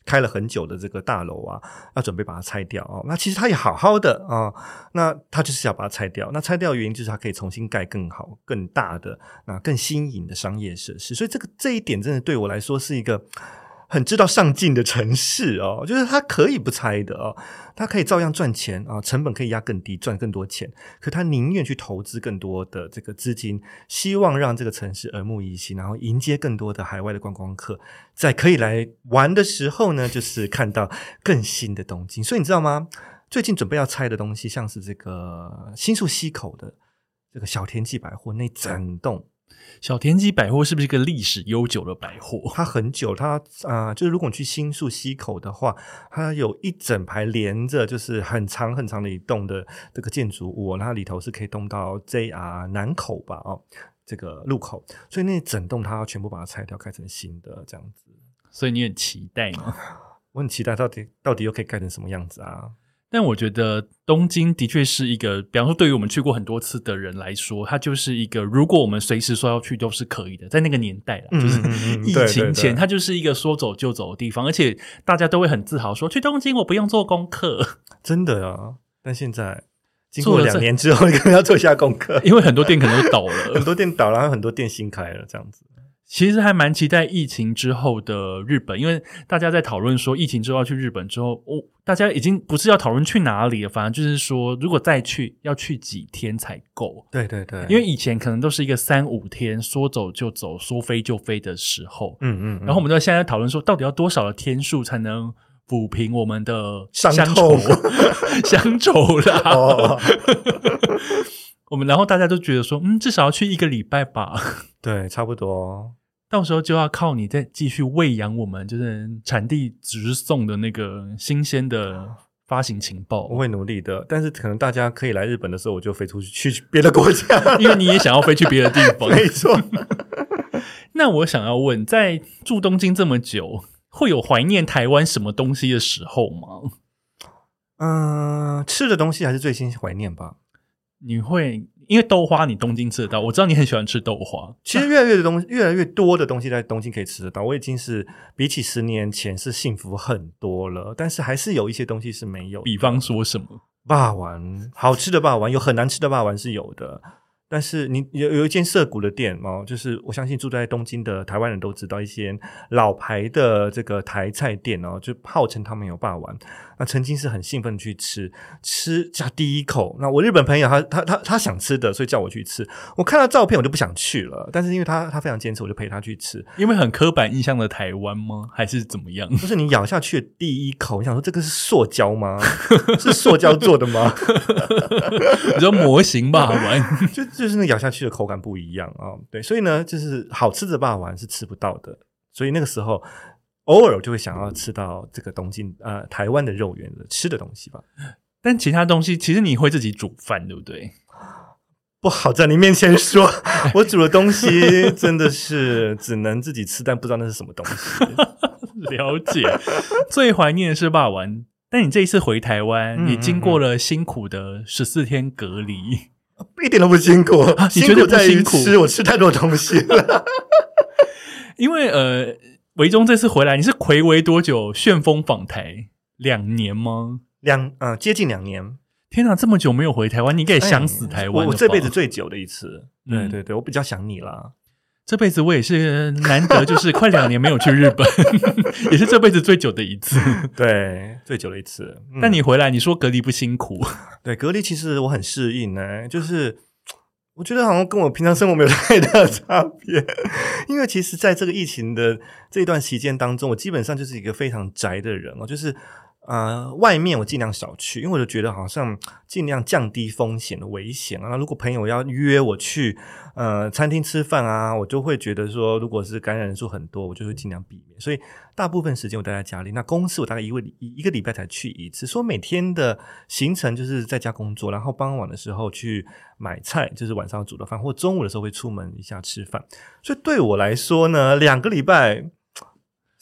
开了很久的这个大楼啊，要准备把它拆掉哦。那其实它也好好的啊、哦，那它就是要把它拆掉。那拆掉的原因就是它可以重新盖更好、更大的、那更新颖的商业设施。所以这个这一点真的对我来说是一个很知道上进的城市哦，就是它可以不拆的哦，它可以照样赚钱啊、哦，成本可以压更低，赚更多钱。可它宁愿去投资更多的这个资金，希望让这个城市耳目一新，然后迎接更多的海外的观光客，在可以来玩的时候呢，就是看到更新的东京。所以你知道吗？最近准备要拆的东西，像是这个新宿西口的这个小田急百货那整栋。 小田急百货是不是一个历史悠久的百货？ 它很久，它啊、呃，就是如果你去新宿西口的话，它有一整排连着，就是很长很长的一栋的这个建筑物，它里头是可以动到 J R 南口吧，哦，这个路口，所以那整栋它要全部把它拆掉，盖成新的这样子。 所以你很期待吗？ 我很期待到底到底又可以盖成什么样子啊？ 但我觉得东京的确是一个，比方说对于我们去过很多次的人来说，它就是一个如果我们随时说要去都是可以的，在那个年代啦、嗯、就是疫情前，对对对，它就是一个说走就走的地方，而且大家都会很自豪说去东京我不用做功课。 真的啊，但现在经过两年之后你可能要做一下功课， 因为很多店可能都倒了很多店倒了，然后很多店新开了这样子。 其实还蛮期待疫情之后的日本，因为大家在讨论说疫情之后要去日本之后、哦、大家已经不是要讨论去哪里了，反正就是说如果再去要去几天才够。 对对对， 因为以前可能都是一个三五天说走就走说飞就飞的时候， 嗯嗯, 嗯， 然后我们都现在讨论说到底要多少的天数才能抚平我们的伤愁乡愁啦、 哦、 我们然后大家都觉得说嗯，至少要去一个礼拜吧。 对，差不多到时候就要靠你再继续喂养我们，就是产地直送的那个新鲜的发行情报。 我会努力的，但是可能大家可以来日本的时候，我就飞出去去别的国家， 因为你也想要飞去别的地方。 没错。 那我想要问，在住东京这么久，会有怀念台湾什么东西的时候吗？ 嗯、呃，吃的东西还是最先怀念吧。 你会因为豆花你东京吃得到，我知道你很喜欢吃豆花。 其实越来越的东西，越来越多的东西在东京可以吃得到。我已经是比起十年前是幸福很多了，但是还是有一些东西是没有的。 比方说什么？ 霸丸，好吃的霸丸有，很难吃的霸丸是有的。但是你有有一间涩谷的店哦，就是我相信住在东京的台湾人都知道，一些老牌的这个台菜店哦，就号称他们有霸丸。那曾经是很兴奋去吃，吃下第一口，那我日本朋友他他他他想吃的，所以叫我去吃。我看到照片我就不想去了，但是因为他他非常坚持，我就陪他去吃。 因为很刻板印象的台湾吗？还是怎么样？ 就是你咬下去的第一口，你想说这个是塑胶吗？是塑胶做的吗？ 你说模型霸丸就就是那咬下去的口感不一样啊、哦。对，所以呢，就是好吃的霸丸是吃不到的，所以那个时候偶尔就会想要吃到这个东京呃台湾的肉圆的吃的东西吧。 但其他东西其实你会自己煮饭对不对？ 不好在你面前说我煮的东西真的是只能自己吃，但不知道那是什么东西。 了解。最怀念的是霸丸，但你这一次回台湾、嗯、你经过了辛苦的十四天隔离。 一点都不辛苦、 啊、你觉得不辛苦？ 辛苦在于吃，我吃太多东西了。 因为呃维中这次回来你是睽违多久旋风访台？两年吗？ 两呃接近两年。 天哪，这么久没有回台湾，你应该也想死台湾了吧、 哎、我, 我这辈子最久的一次。 嗯、 对对对，我比较想你啦。 这辈子我也是难得就是快两年没有去日本也是这辈子最久的一次。 对，最久的一次、 嗯、但你回来你说隔离不辛苦？ 对，隔离其实我很适应呢，就是我觉得好像跟我平常生活没有太大的差别。因为其实在这个疫情的这一段期间当中，我基本上就是一个非常宅的人哦，就是呃，外面我尽量少去，因为我就觉得好像尽量降低风险的危险啊。如果朋友要约我去呃餐厅吃饭啊，我就会觉得说，如果是感染人数很多，我就会尽量避免。所以大部分时间我待在家里。那公司我大概一个一个礼拜才去一次，说每天的行程就是在家工作，然后傍晚的时候去买菜，就是晚上煮的饭，或中午的时候会出门一下吃饭。所以对我来说呢，两个礼拜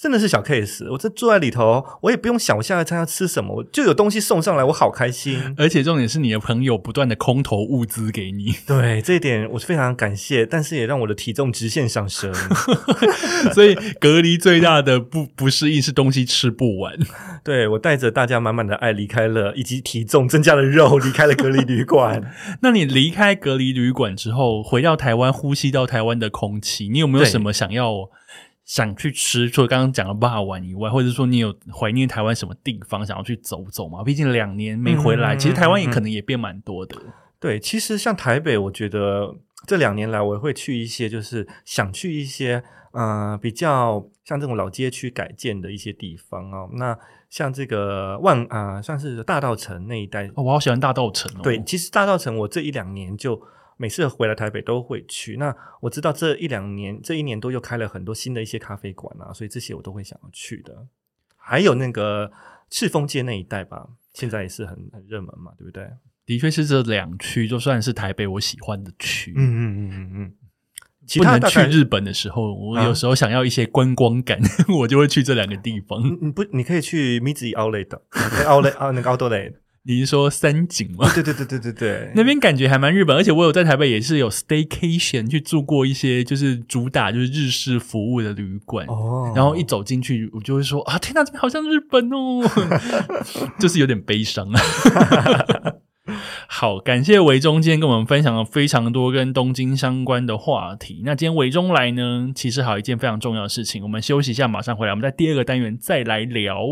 真的是小 case， 我这坐在里头，我也不用想我下一餐要吃什么，我就有东西送上来，我好开心。 而且重点是你的朋友不断的空投物资给你， 对，这一点我是非常感谢，但是也让我的体重直线上升。 所以隔离最大的不不适应是东西吃不完。 对，我带着大家满满的爱离开了，以及体重增加的肉离开了隔离旅馆。 那你离开隔离旅馆之后，回到台湾，呼吸到台湾的空气，你有没有什么想要想去吃，除了刚刚讲的霸碗以外，或者说你有怀念台湾什么地方想要去走走吗？毕竟两年没回来，嗯、其实台湾也可能也变蛮多的。 对，其实像台北，我觉得这两年来我会去一些，就是想去一些呃比较像这种老街区改建的一些地方哦。那像这个万啊、呃，算是大稻埕那一带、 哦，我好喜欢大稻埕哦。 对，其实大稻埕我这一两年就。每次回来台北都会去，那我知道这一两年这一年多又开了很多新的一些咖啡馆啊，所以这些我都会想要去的。还有那个赤峰街那一带吧，现在也是很很热门嘛，对不对？ 的确是这两区就算是台北我喜欢的区。 嗯嗯嗯嗯嗯。其他不能去日本的时候，我有时候想要一些观光感，啊、我就会去这两个地方。 你不，你可以去 Mizuhi Outlet 的 Outlet 啊，那个 Outlet。 你是说三井吗？ 对对对对对对， 那边感觉还蛮日本，而且我有在台北也是有 staycation 去住过一些就是主打就是日式服务的旅馆，哦，然后一走进去我就会说啊，天哪，这边好像日本哦，就是有点悲伤啊。好，感谢维中今天跟我们分享了非常多跟东京相关的话题。那今天维中来呢，其实还有一件非常重要的事情，我们休息一下，马上回来，我们在第二个单元再来聊。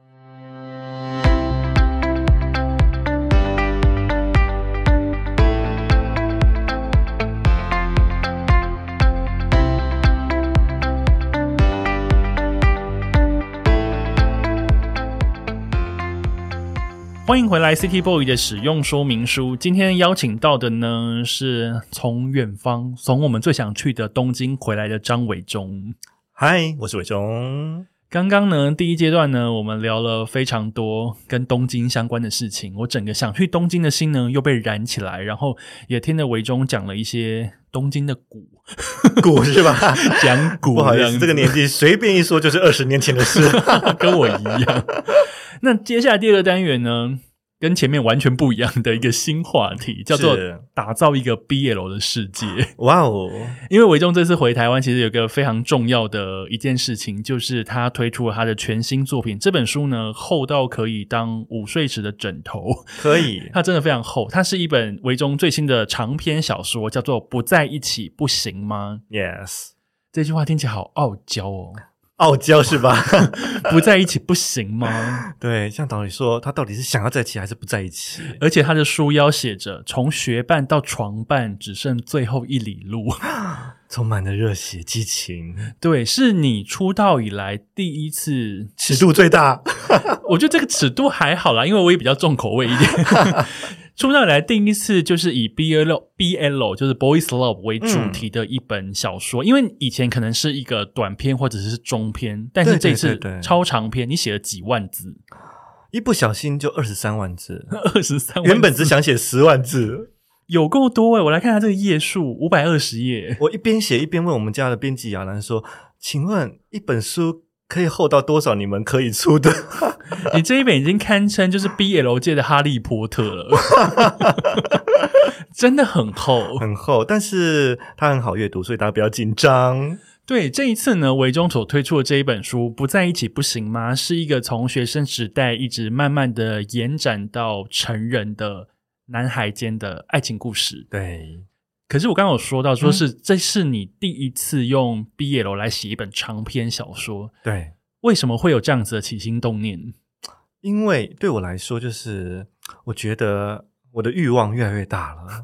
欢迎回来 City Boy 的使用说明书。今天邀请到的呢，是从远方从我们最想去的东京回来的张伟忠。 嗨，我是伟忠。 刚刚呢第一阶段呢，我们聊了非常多跟东京相关的事情，我整个想去东京的心呢又被燃起来，然后也听了伟忠讲了一些东京的古古是吧？ 讲古， 不好意思，这个年纪随便一说就是二十年前的事。 跟我一样。那接下来第二个单元呢，跟前面完全不一样的一个新话题，叫做打造一个 B L 的世界。 哇哦！ 因为伟忠这次回台湾，其实有一个非常重要的一件事情，就是他推出了他的全新作品。这本书呢，厚到可以当午睡时的枕头， 可以， 它真的非常厚。它是一本伟忠最新的长篇小说，叫做《不在一起不行吗》。 Yes， 这句话听起来好傲娇哦。 傲娇是吧？ 不在一起不行吗？ 对，像导演说他到底是想要在一起还是不在一起， 而且他的书腰写着从学伴到床伴只剩最后一里路， 充满了热血激情。 对，是你出道以来第一次尺度最大。 我觉得这个尺度还好啦，因为我也比较重口味一点。出道以来第一次就是以 B L B L 就是 Boys Love 为主题的一本小说、嗯、因为以前可能是一个短篇或者是中篇，但是这次超长篇，你写了几万字， 一不小心就二十三万字。 二十三万字， 原本只想写十万字， 有够多耶。我来看一下这个页数，五百二十页。 我一边写一边问我们家的编辑亚兰说，请问一本书可以厚到多少你们可以出的？ 你这一本已经堪称就是 B L 界的哈利波特了。真的很厚很厚，但是它很好阅读，所以大家不要紧张。 对，这一次呢，维中所推出的这一本书不在一起不行吗，是一个从学生时代一直慢慢的延展到成人的男孩间的爱情故事。 对， 可是我刚刚有说到说是、嗯、这是你第一次用 B L 来写一本长篇小说。 对，为什么会有这样子的起心动念？ 因为对我来说，就是我觉得我的欲望越来越大了。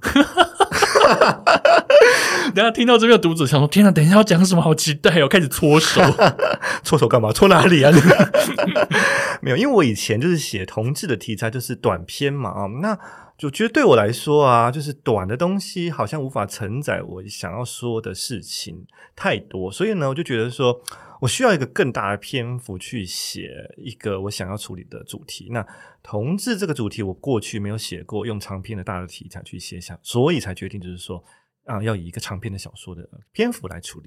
等一下听到这边的读者想说，天哪，等一下要讲什么，好期待哦，开始搓手。 搓手干嘛？搓哪里啊？没有，因为我以前就是写同志的题材，就是短篇嘛啊，那就觉得对我来说啊，就是短的东西好像无法承载我想要说的事情太多，所以呢，我就觉得说我需要一个更大的篇幅去写一个我想要处理的主题。那同志这个主题我过去没有写过，用长篇的大的题材去写下，所以才决定就是说啊、呃，要以一个长篇的小说的篇幅来处理。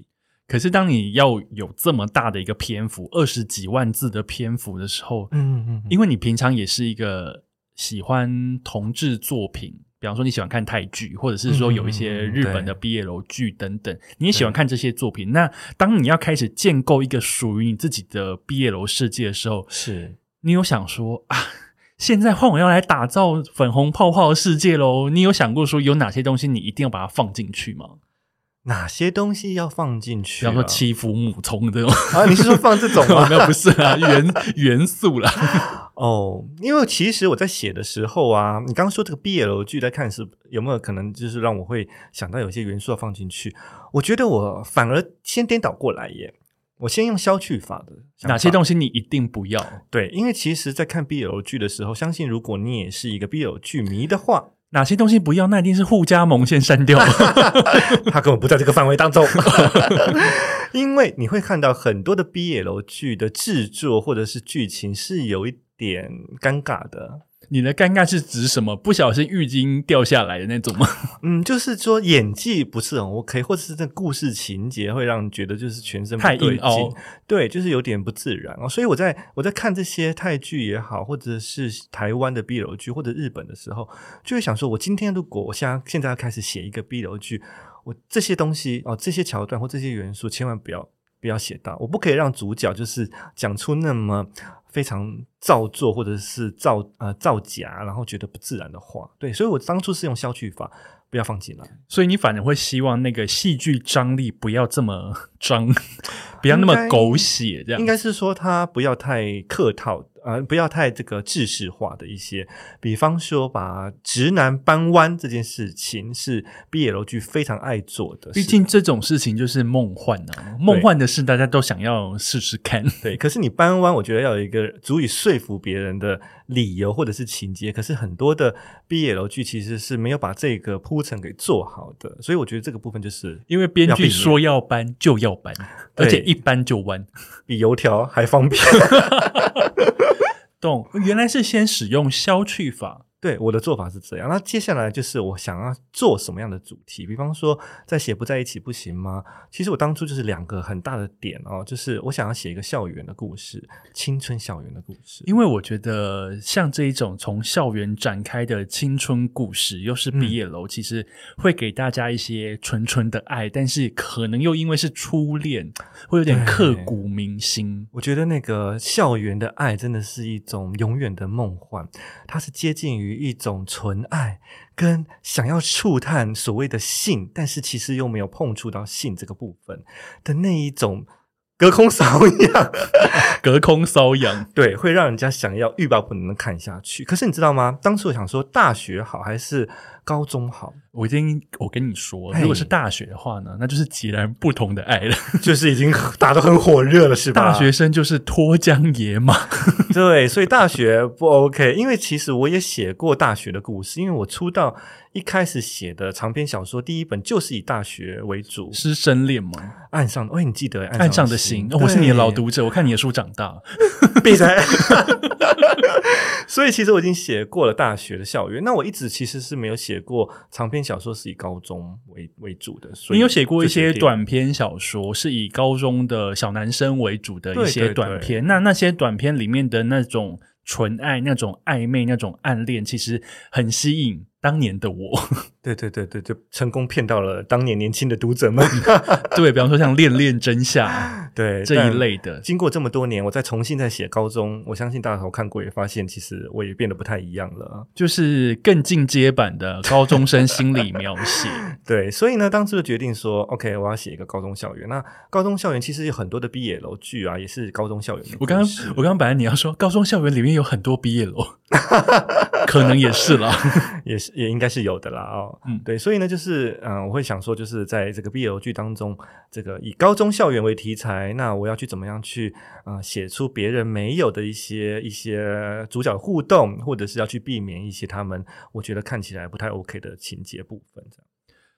可是当你要有这么大的一个篇幅，二十几万字的篇幅的时候， 嗯嗯嗯， 因为你平常也是一个喜欢同志作品，比方说你喜欢看泰剧，或者是说有一些日本的 B L 剧等等，你也喜欢看这些作品。那当你要开始建构一个属于你自己的 B L 世界的时候， 是你有想说啊，现在换我要来打造粉红泡泡的世界咯，你有想过说有哪些东西你一定要把它放进去吗？ 哪些东西要放进去、啊？ 比方说欺负母虫这种啊？你是说放这种吗？ 没有，不是啦，元元素啦。 哦，因为其实我在写的时候啊，你刚刚说这个 B L 剧在看是有没有可能就是让我会想到有些元素要放进去？我觉得我反而先颠倒过来耶，我先用消去法的想法。 哪些东西你一定不要？ 对，因为其实在看 B L 剧的时候，相信如果你也是一个 B L 剧迷的话， 哪些东西不要？那一定是互加盟先删掉。 他根本不在这个范围当中。因为你会看到很多的 B L 剧的制作或者是剧情是有一点尴尬的。 你的尴尬是指什么？不小心浴巾掉下来的那种吗？ 嗯，就是说演技不是很 OK， 或者是这故事情节会让人觉得就是全身不对劲， 太硬凹， 对，就是有点不自然哦。所以我在我在看这些泰剧也好，或者是台湾的 B L 剧或者日本的时候，就会想说，我今天如果我现在现在要开始写一个 B L 剧，我这些东西哦，这些桥段或这些元素，千万不要不要写到，我不可以让主角就是讲出那么非常造作或者是造呃造假，然后觉得不自然的话。对，所以我当初是用消去法，不要放进来。 所以你反而会希望那个戏剧张力不要这么张，不要那么狗血，这样应该是说它不要太客套。呃，不要太这个制式化的一些，比方说把直男扳弯这件事情是 B L 剧非常爱做的， 毕竟这种事情就是梦幻啊，梦幻的事大家都想要试试看。 对，可是你扳弯，我觉得要有一个足以说服别人的理由或者是情节，可是很多的 B L 剧其实是没有把这个铺陈给做好的，所以我觉得这个部分就是因为编剧说要扳就要扳，而且一扳就弯， 比油条还方便。 懂，原来是先使用消去法。 对，我的做法是这样。那接下来就是我想要做什么样的主题，比方说在写不在一起不行吗？其实我当初就是两个很大的点哦，就是我想要写一个校园的故事，青春校园的故事。 因为我觉得像这一种从校园展开的青春故事，又是 B L、嗯、其实会给大家一些纯纯的爱，但是可能又因为是初恋，会有点刻骨铭心。 我觉得那个校园的爱真的是一种永远的梦幻，它是接近于一种纯爱跟想要触探所谓的性，但是其实又没有碰触到性这个部分的那一种隔空瘙痒。 隔空瘙痒， 对，会让人家想要欲罢不能的看下去。可是你知道吗？当时我想说大学好还是高中好， 我已经我跟你说，如果是大学的话呢，那就是截然不同的爱了， 就是已经打得很火热了，是吧？ 大学生就是脱缰野马。 对，所以大学不 OK， 因为其实我也写过大学的故事，因为我出道一开始写的长篇小说第一本就是以大学为主。 师生恋吗？ 岸上的，哎，你记得岸上的心、哦、我是你的老读者，我看你的书长大。 闭嘴。所以其实我已经写过了大学的校园，那我一直其实是没有写过长篇小说是以高中 为, 为主的。所以你有写过一些短篇小说是以高中的小男生为主的一些短篇，对对对，那那些短篇里面的那种纯爱、那种暧昧、那种暗恋，其实很吸引当年的我。 对对对对，就成功骗到了当年年轻的读者们。 对，比方说像恋恋真夏对这一类的。 经过这么多年，我再重新再写高中，我相信大家都看过，也发现其实我也变得不太一样了， 就是更进阶版的高中生心理描写。 对，所以呢当时就决定说 OK 我要写一个高中校园。那高中校园其实有很多的 B L 剧啊，也是高中校园的故事。 我刚刚我刚刚本来你要说高中校园里面有很多 B L 可能也是啦。 也是也应该是有的啦哦，嗯，对，所以呢就是嗯、呃，我会想说就是在这个 B L 剧当中，这个以高中校园为题材，那我要去怎么样去啊、呃、写出别人没有的一些一些主角互动，或者是要去避免一些他们我觉得看起来不太 OK 的情节部分这样。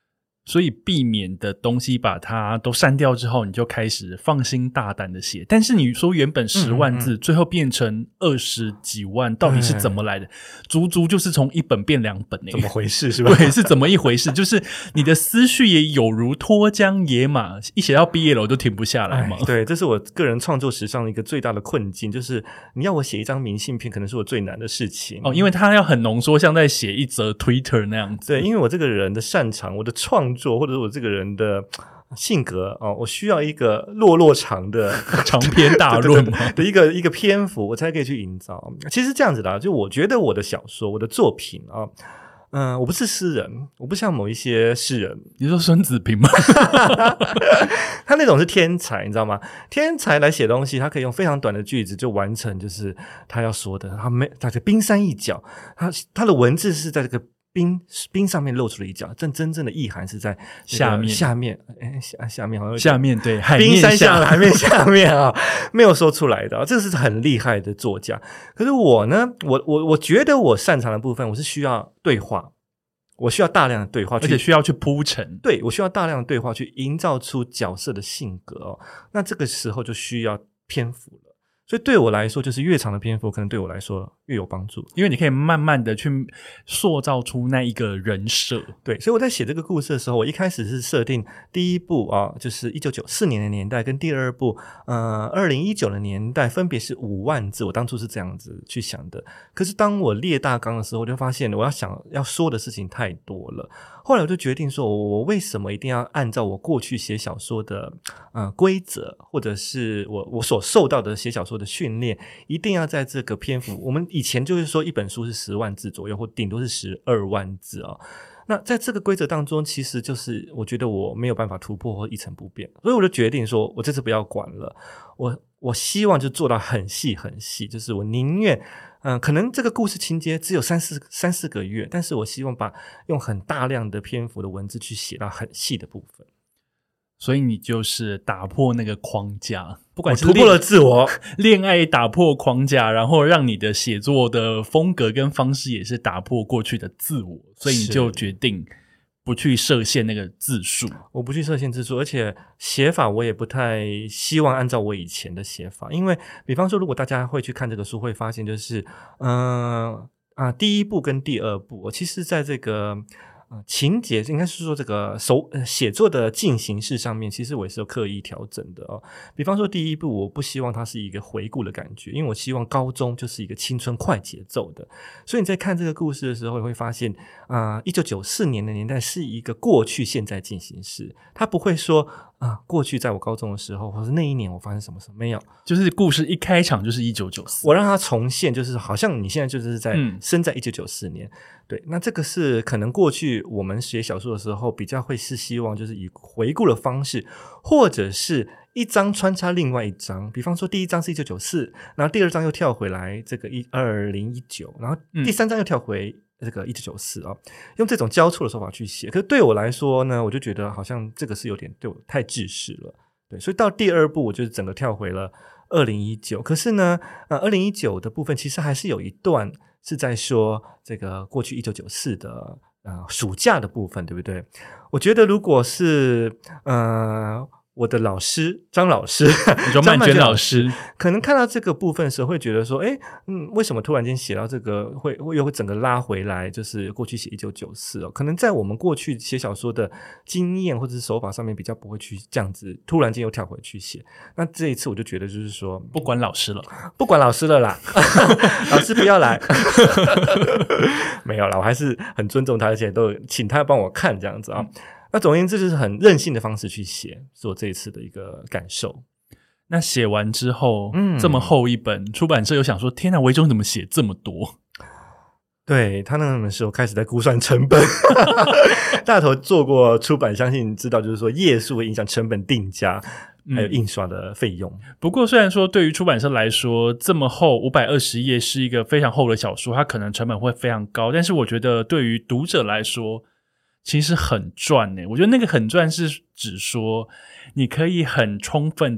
所以避免的东西把它都删掉之后，你就开始放心大胆的写。但是你说原本十万字、嗯嗯、最后变成二十几万，到底是怎么来的？足足就是从一本变两本、欸、 怎么回事是吧？ 对，是怎么一回事？就是你的思绪也有如脱缰野马，一写到毕业了我就停不下来嘛。 对，这是我个人创作史上的一个最大的困境，就是你要我写一张明信片可能是我最难的事情哦，因为它要很浓缩，像在写一则 Twitter 那样子。 对，因为我这个人的擅长，我的创作或者是我这个人的性格哦，我需要一个落落长的长篇大论嘛的一个一个篇幅，我才可以去营造。其实这样子的、啊，就我觉得我的小说、我的作品啊，嗯、呃，我不是诗人，我不像某一些诗人。 你说孙子平吗？ 他那种是天才，你知道吗？天才来写东西，他可以用非常短的句子就完成，就是他要说的。他没，他这冰山一角，他他的文字是在这个。冰冰上面露出了一角，但真正的意涵是在下面下面，哎，下下面好像下面对海面冰山下海面下面啊，没有说出来的、啊，这是很厉害的作家。可是我呢，我我我觉得我擅长的部分，我是需要对话，我需要大量的对话， 而且需要去铺陈。 对，我需要大量的对话去营造出角色的性格哦。那这个时候就需要篇幅了。所以对我来说，就是越长的篇幅可能对我来说越有帮助， 因为你可以慢慢的去塑造出那一个人设。 对，所以我在写这个故事的时候，我一开始是设定第一部啊，就是一九九四年的年代，跟第二部呃二零一九的年代分别是五万字，我当初是这样子去想的。可是当我列大纲的时候，我就发现我要想要说的事情太多了。后来我就决定说，我为什么一定要按照我过去写小说的呃规则，或者是我我所受到的写小说的训练，一定要在这个篇幅，我们以前就是说一本书是十万字左右，或顶多是十二万字啊、哦。那在这个规则当中，其实就是我觉得我没有办法突破或一成不变，所以我就决定说，我这次不要管了，我我希望就做到很细很细，就是我宁愿嗯、呃，可能这个故事情节只有三四三四个月，但是我希望把用很大量的篇幅的文字去写到很细的部分。 所以你就是打破那个框架，不管是突破了自我恋爱打破框架，然后让你的写作的风格跟方式也是打破过去的自我，所以你就决定不去设限那个字数。 我不去设限字数，而且写法我也不太希望按照我以前的写法，因为比方说如果大家会去看这个书，会发现就是嗯 啊、呃、第一部跟第二部我其实在这个呃，情节应该是说这个手呃写作的进行式上面，其实我也是有刻意调整的哦。比方说第一部，我不希望它是一个回顾的感觉，因为我希望高中就是一个青春快节奏的。所以你在看这个故事的时候，你会发现啊，一九九四年的年代是一个过去现在进行式，它不会说啊，过去在我高中的时候，或是那一年我发生什么事，没有， 就是故事一开场就是一九九四， 我让它重现，就是好像你现在就是在、嗯、生在一九九四年。对，那这个是可能过去我们写小说的时候比较会是希望就是以回顾的方式，或者是一章穿插另外一章，比方说第一章是一九九四，然后第二章又跳回来这个二零一九，然后第三章又跳回这个一九九四啊，用这种交错的手法去写。可是对我来说呢，我就觉得好像这个是有点对我太制式了。对，所以到第二部我就整个跳回了二零一九。可是呢呃二零一九的部分其实还是有一段是在说这个过去一九九四的呃暑假的部分，对不对？我觉得如果是呃我的老师张老师， 你说曼娟老师， 可能看到这个部分的时候会觉得说，诶嗯，为什么突然间写到这个会会又会整个拉回来，就是过去写一九九四哦，可能在我们过去写小说的经验或者是手法上面比较不会去这样子突然间又跳回去写。那这一次我就觉得就是说不管老师了， 不管老师了啦老师不要来没有啦，我还是很尊重他，而且都请他帮我看这样子啊、嗯。那总而言之就是很任性的方式去写，是我这一次的一个感受。 那写完之后、嗯、这么厚一本，出版社有想说天哪，维中怎么写这么多？ 对，他那个时候开始在估算成本大头做过出版，相信知道就是说页数会影响成本定价还有印刷的费用、嗯、 不过虽然说对于出版社来说这么厚五百二十页是一个非常厚的小说，它可能成本会非常高，但是我觉得对于读者来说其实很赚耶。我觉得那个很赚是指说你可以很充分的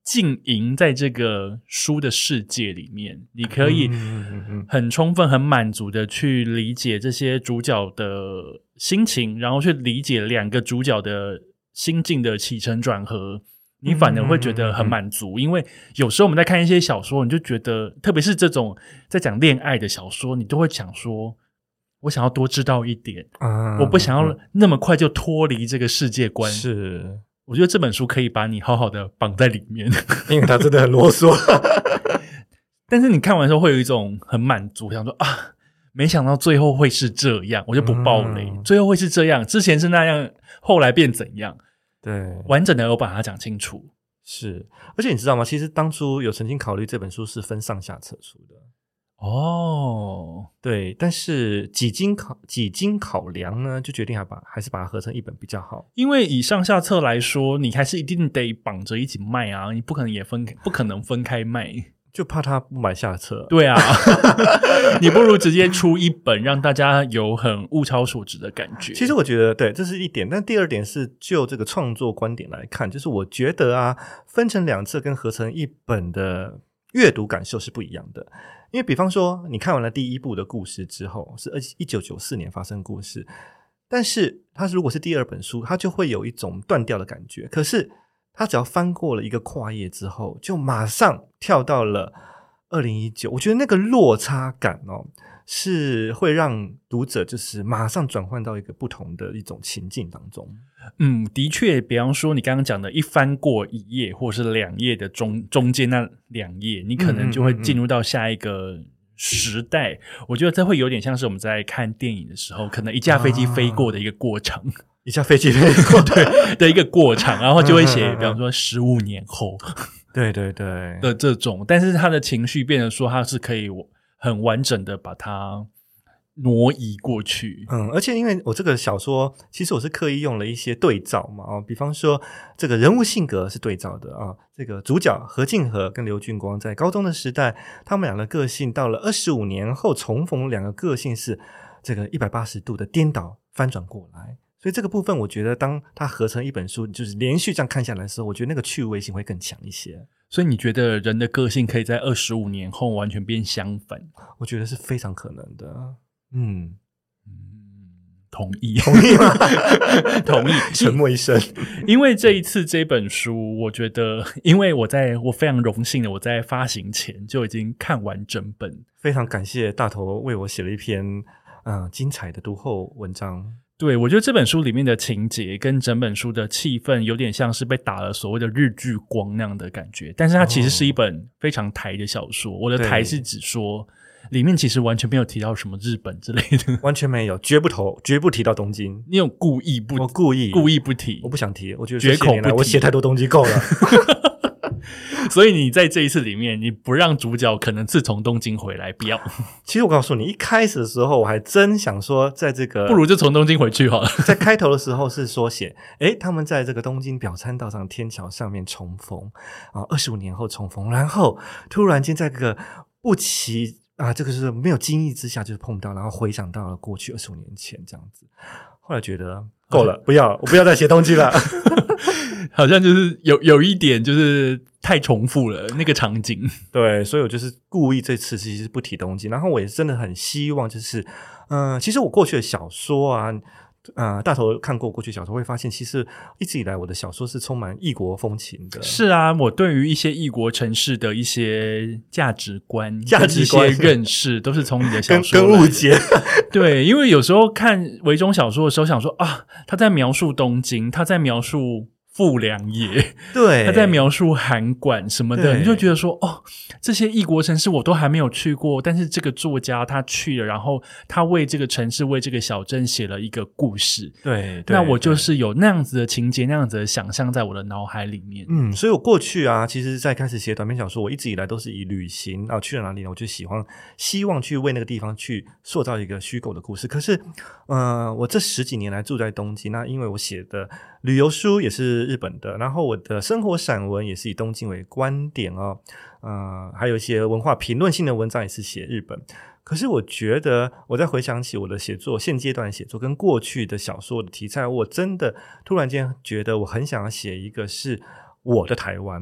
浸淫在这个书的世界里面，你可以很充分很满足的去理解这些主角的心情，然后去理解两个主角的心境的起承转合，你反而会觉得很满足。因为有时候我们在看一些小说，你就觉得特别是这种在讲恋爱的小说，你都会想说我想要多知道一点、嗯、我不想要那么快就脱离这个世界观。 是， 我觉得这本书可以把你好好的绑在里面， 因为它真的很啰嗦但是你看完的时候会有一种很满足，想说啊，没想到最后会是这样，我就不爆雷、嗯、最后会是这样，之前是那样，后来变怎样， 对， 完整的有把它讲清楚。 是，而且你知道吗，其实当初有曾经考虑这本书是分上下册出的哦， 对，但是几经考几经考量呢，就决定还把还是把它合成一本比较好。 因为以上下册来说，你还是一定得绑着一起卖啊，你不可能也分不可能分开卖， 就怕他不买下册。 对啊，你不如直接出一本，让大家有很物超所值的感觉。 其实我觉得对，这是一点，但第二点是就这个创作观点来看，就是我觉得啊，分成两册跟合成一本的阅读感受是不一样的。因为比方说你看完了第一部的故事之后是一九九四年发生故事，但是它如果是第二本书，它就会有一种断掉的感觉。可是它只要翻过了一个跨页之后，就马上跳到了二零一九，我觉得那个落差感哦，是会让读者就是马上转换到一个不同的一种情境当中。 嗯，的确，比方说你刚刚讲的一翻过一页或是两页的中中间那两页，你可能就会进入到下一个时代、嗯嗯嗯、我觉得这会有点像是我们在看电影的时候，可能一架飞机飞过的一个过程、啊、 一架飞机飞过对的一个过程，然后就会写、嗯嗯嗯、比方说十五年后对对对的这种，但是他的情绪变成说他是可以很完整的把它挪移过去。 嗯，而且因为我这个小说其实我是刻意用了一些对照嘛，哦，比方说这个人物性格是对照的啊，这个主角何敬和跟刘俊光在高中的时代，他们两个个性到了二十五年后重逢，两个个性是这个一百八十度的颠倒翻转过来。所以这个部分我觉得当它合成一本书，就是连续这样看下来的时候，我觉得那个趣味性会更强一些。 所以你觉得人的个性可以在二十五年后完全变相反？ 我觉得是非常可能的。嗯嗯，同意， 同意吗？ 同意， 沉默一声。 因为这一次这本书，我觉得，因为我在我非常荣幸的，我在发行前就已经看完整本， 非常感谢大头为我写了一篇嗯精彩的读后文章。 对，我觉得这本书里面的情节跟整本书的气氛有点像是被打了所谓的日剧光那样的感觉，但是它其实是一本非常台的小说、哦、我的台是指说里面其实完全没有提到什么日本之类的， 完全没有，绝不投，绝不提到东京。 你有故意不？ 我故意故意不提， 我不想提，我觉得绝口不提， 我写太多东西够了。 所以你在这一次里面，你不让主角可能是从东京回来，不要。 其实我告诉你，一开始的时候我还真想说，在这个不如就从东京回去好了。 在开头的时候是说写，诶，他们在这个东京表参道上天桥上面重逢啊，二十五年后重逢，然后突然间在这个不期啊，这个是没有经意之下就是碰到，然后回想到了过去二十五年前这样子。后来觉得够了，不要，我不要再写东京了。 好像就是有有一点就是太重复了那个场景。 对，所以我就是故意这次其实不提东京，然后我也真的很希望就是嗯、呃，其实我过去的小说啊呃，大头看过过去小说会发现，其实一直以来我的小说是充满异国风情的。 是啊，我对于一些异国城市的一些价值观、 价值观一些认识，都是从你的小说跟跟误解。 对，因为有时候看维中小说的时候，想说啊，他在描述东京，他在描述富良野， 对， 他在描述函馆什么的，你就觉得说哦，这些异国城市我都还没有去过，但是这个作家他去了，然后他为这个城市为这个小镇写了一个故事。 对， 那我就是有那样子的情节，那样子的想象在我的脑海里面。 嗯，所以我过去啊，其实在开始写短篇小说，我一直以来都是以旅行啊去了哪里呢，我就喜欢希望去为那个地方去塑造一个虚构的故事。可是呃，我这十几年来住在东京，那因为我写的旅游书也是日本的，然后我的生活散文也是以东京为观点哦，呃，还有一些文化评论性的文章也是写日本。可是我觉得我在回想起我的写作，现阶段的写作跟过去的小说的题材，我真的突然间觉得我很想要写一个是我的台湾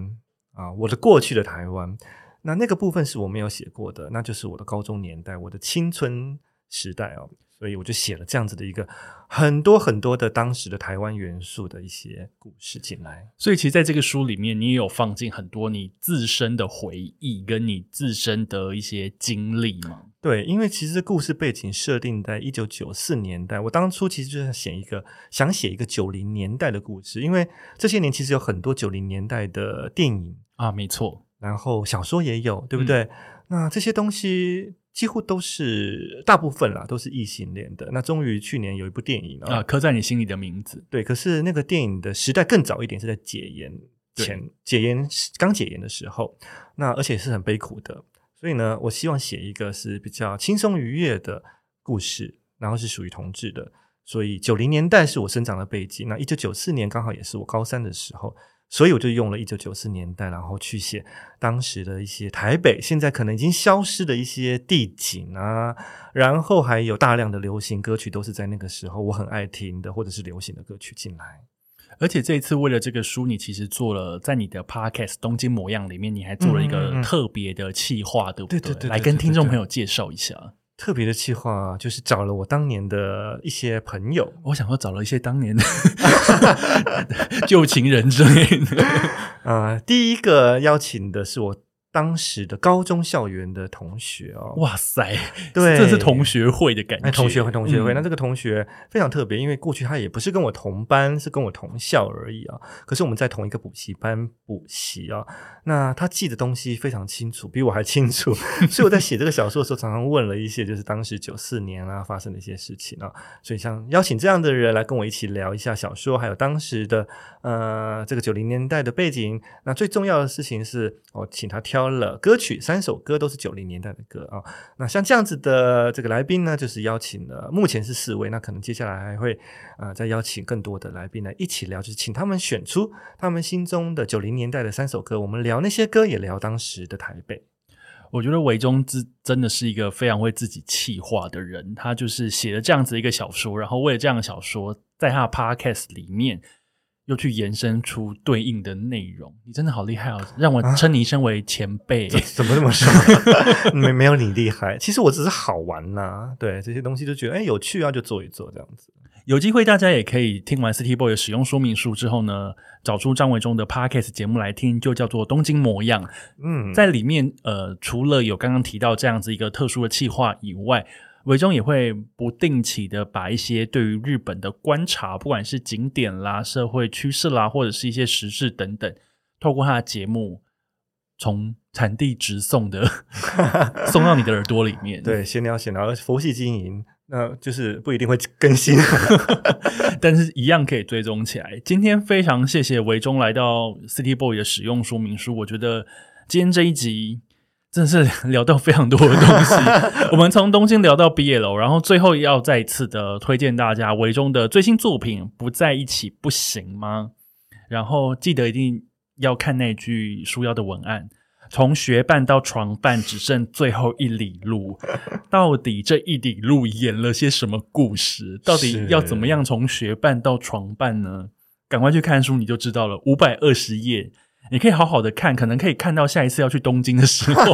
啊，我的过去的台湾。那那个部分是我没有写过的，那就是我的高中年代，我的青春时代哦，所以我就写了这样子的一个很多很多的当时的台湾元素的一些故事进来。 所以其实在这个书里面你也有放进很多你自身的回忆跟你自身的一些经历吗？ 对，因为其实故事背景设定在一九九四年代，我当初其实就是写一个想写一个九零年代的故事，因为这些年其实有很多九零年代的电影啊，没错， 然后小说也有，对不对？嗯、那这些东西几乎都是大部分啦，都是异性恋的。那终于去年有一部电影啊，刻在你心里的名字。 对，可是那个电影的时代更早一点，是在解严前，解严刚解严的时候，那而且是很悲苦的。所以呢，我希望写一个是比较轻松愉悦的故事，然后是属于同志的。所以九零年代是我生长的背景，那一九九四年刚好也是我高三的时候。所以我就用了一九九四年代，然后去写当时的一些台北现在可能已经消失的一些地景啊，然后还有大量的流行歌曲都是在那个时候我很爱听的或者是流行的歌曲进来。 而且这一次为了这个书，你其实做了在你的 podcast 东京模样里面，你还做了一个特别的企划，嗯嗯嗯对不对？ 对对 对, 对, 对, 对, 对, 对， 来跟听众朋友介绍一下。 特别的企划就是找了我当年的一些朋友， 我想说找了一些当年的旧情人之类的。 呃，第一个邀请的是我当时的高中校园的同学哦。 哇塞， 对， 这是同学会的感觉。 哎、同学会，同学会、嗯。那这个同学非常特别，因为过去他也不是跟我同班，是跟我同校而已啊。可是我们在同一个补习班补习啊。那他记的东西非常清楚，比我还清楚。所以我在写这个小说的时候，常常问了一些就是当时九四年啊发生的一些事情啊。所以像邀请这样的人来跟我一起聊一下小说，还有当时的呃这个九零年代的背景。那最重要的事情是，我请他挑了歌曲，三首歌都是九零年代的歌啊。那像这样子的这个来宾呢，就是邀请了，目前是四位，那可能接下来还会呃再邀请更多的来宾来一起聊，就是请他们选出他们心中的九零年代的三首歌，我们聊那些歌，也聊当时的台北。 我觉得维中真的是一个非常会自己企划的人，他就是写了这样子一个小说，然后为了这样的小说，在他的 podcast 里面又去延伸出对应的内容。你真的好厉害哦，让我称你一声为前辈、啊、 怎么这么说没, 没有你厉害，其实我只是好玩啊，对这些东西就觉得哎有趣啊，就做一做这样子。 有机会大家也可以听完 City Boy 的使用说明书之后呢，找出张维中的 podcast 节目来听，就叫做东京模样。嗯，在里面呃，除了有刚刚提到这样子一个特殊的企划以外，维中也会不定期的把一些对于日本的观察，不管是景点啦、社会趋势啦，或者是一些时事等等，透过他的节目从产地直送的送到你的耳朵里面。 对，闲聊闲聊，佛系经营，那就是不一定会更新但是一样可以追踪起来。今天非常谢谢维中来到 City Boy 的使用说明书，我觉得今天这一集真的是聊到非常多的东西我们从东京聊到 B L， 然后最后要再一次的推荐大家维中的最新作品不在一起不行吗？然后记得一定要看那句书腰的文案，从学伴到床伴只剩最后一里路，到底这一里路演了些什么故事？到底要怎么样从学伴到床伴呢？赶快去看书你就知道了，五百二十页你可以好好的看，可能可以看到下一次要去东京的时候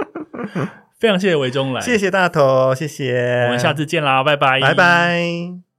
非常谢谢维中来， 谢谢大头，谢谢， 我们下次见啦，拜拜， 拜拜。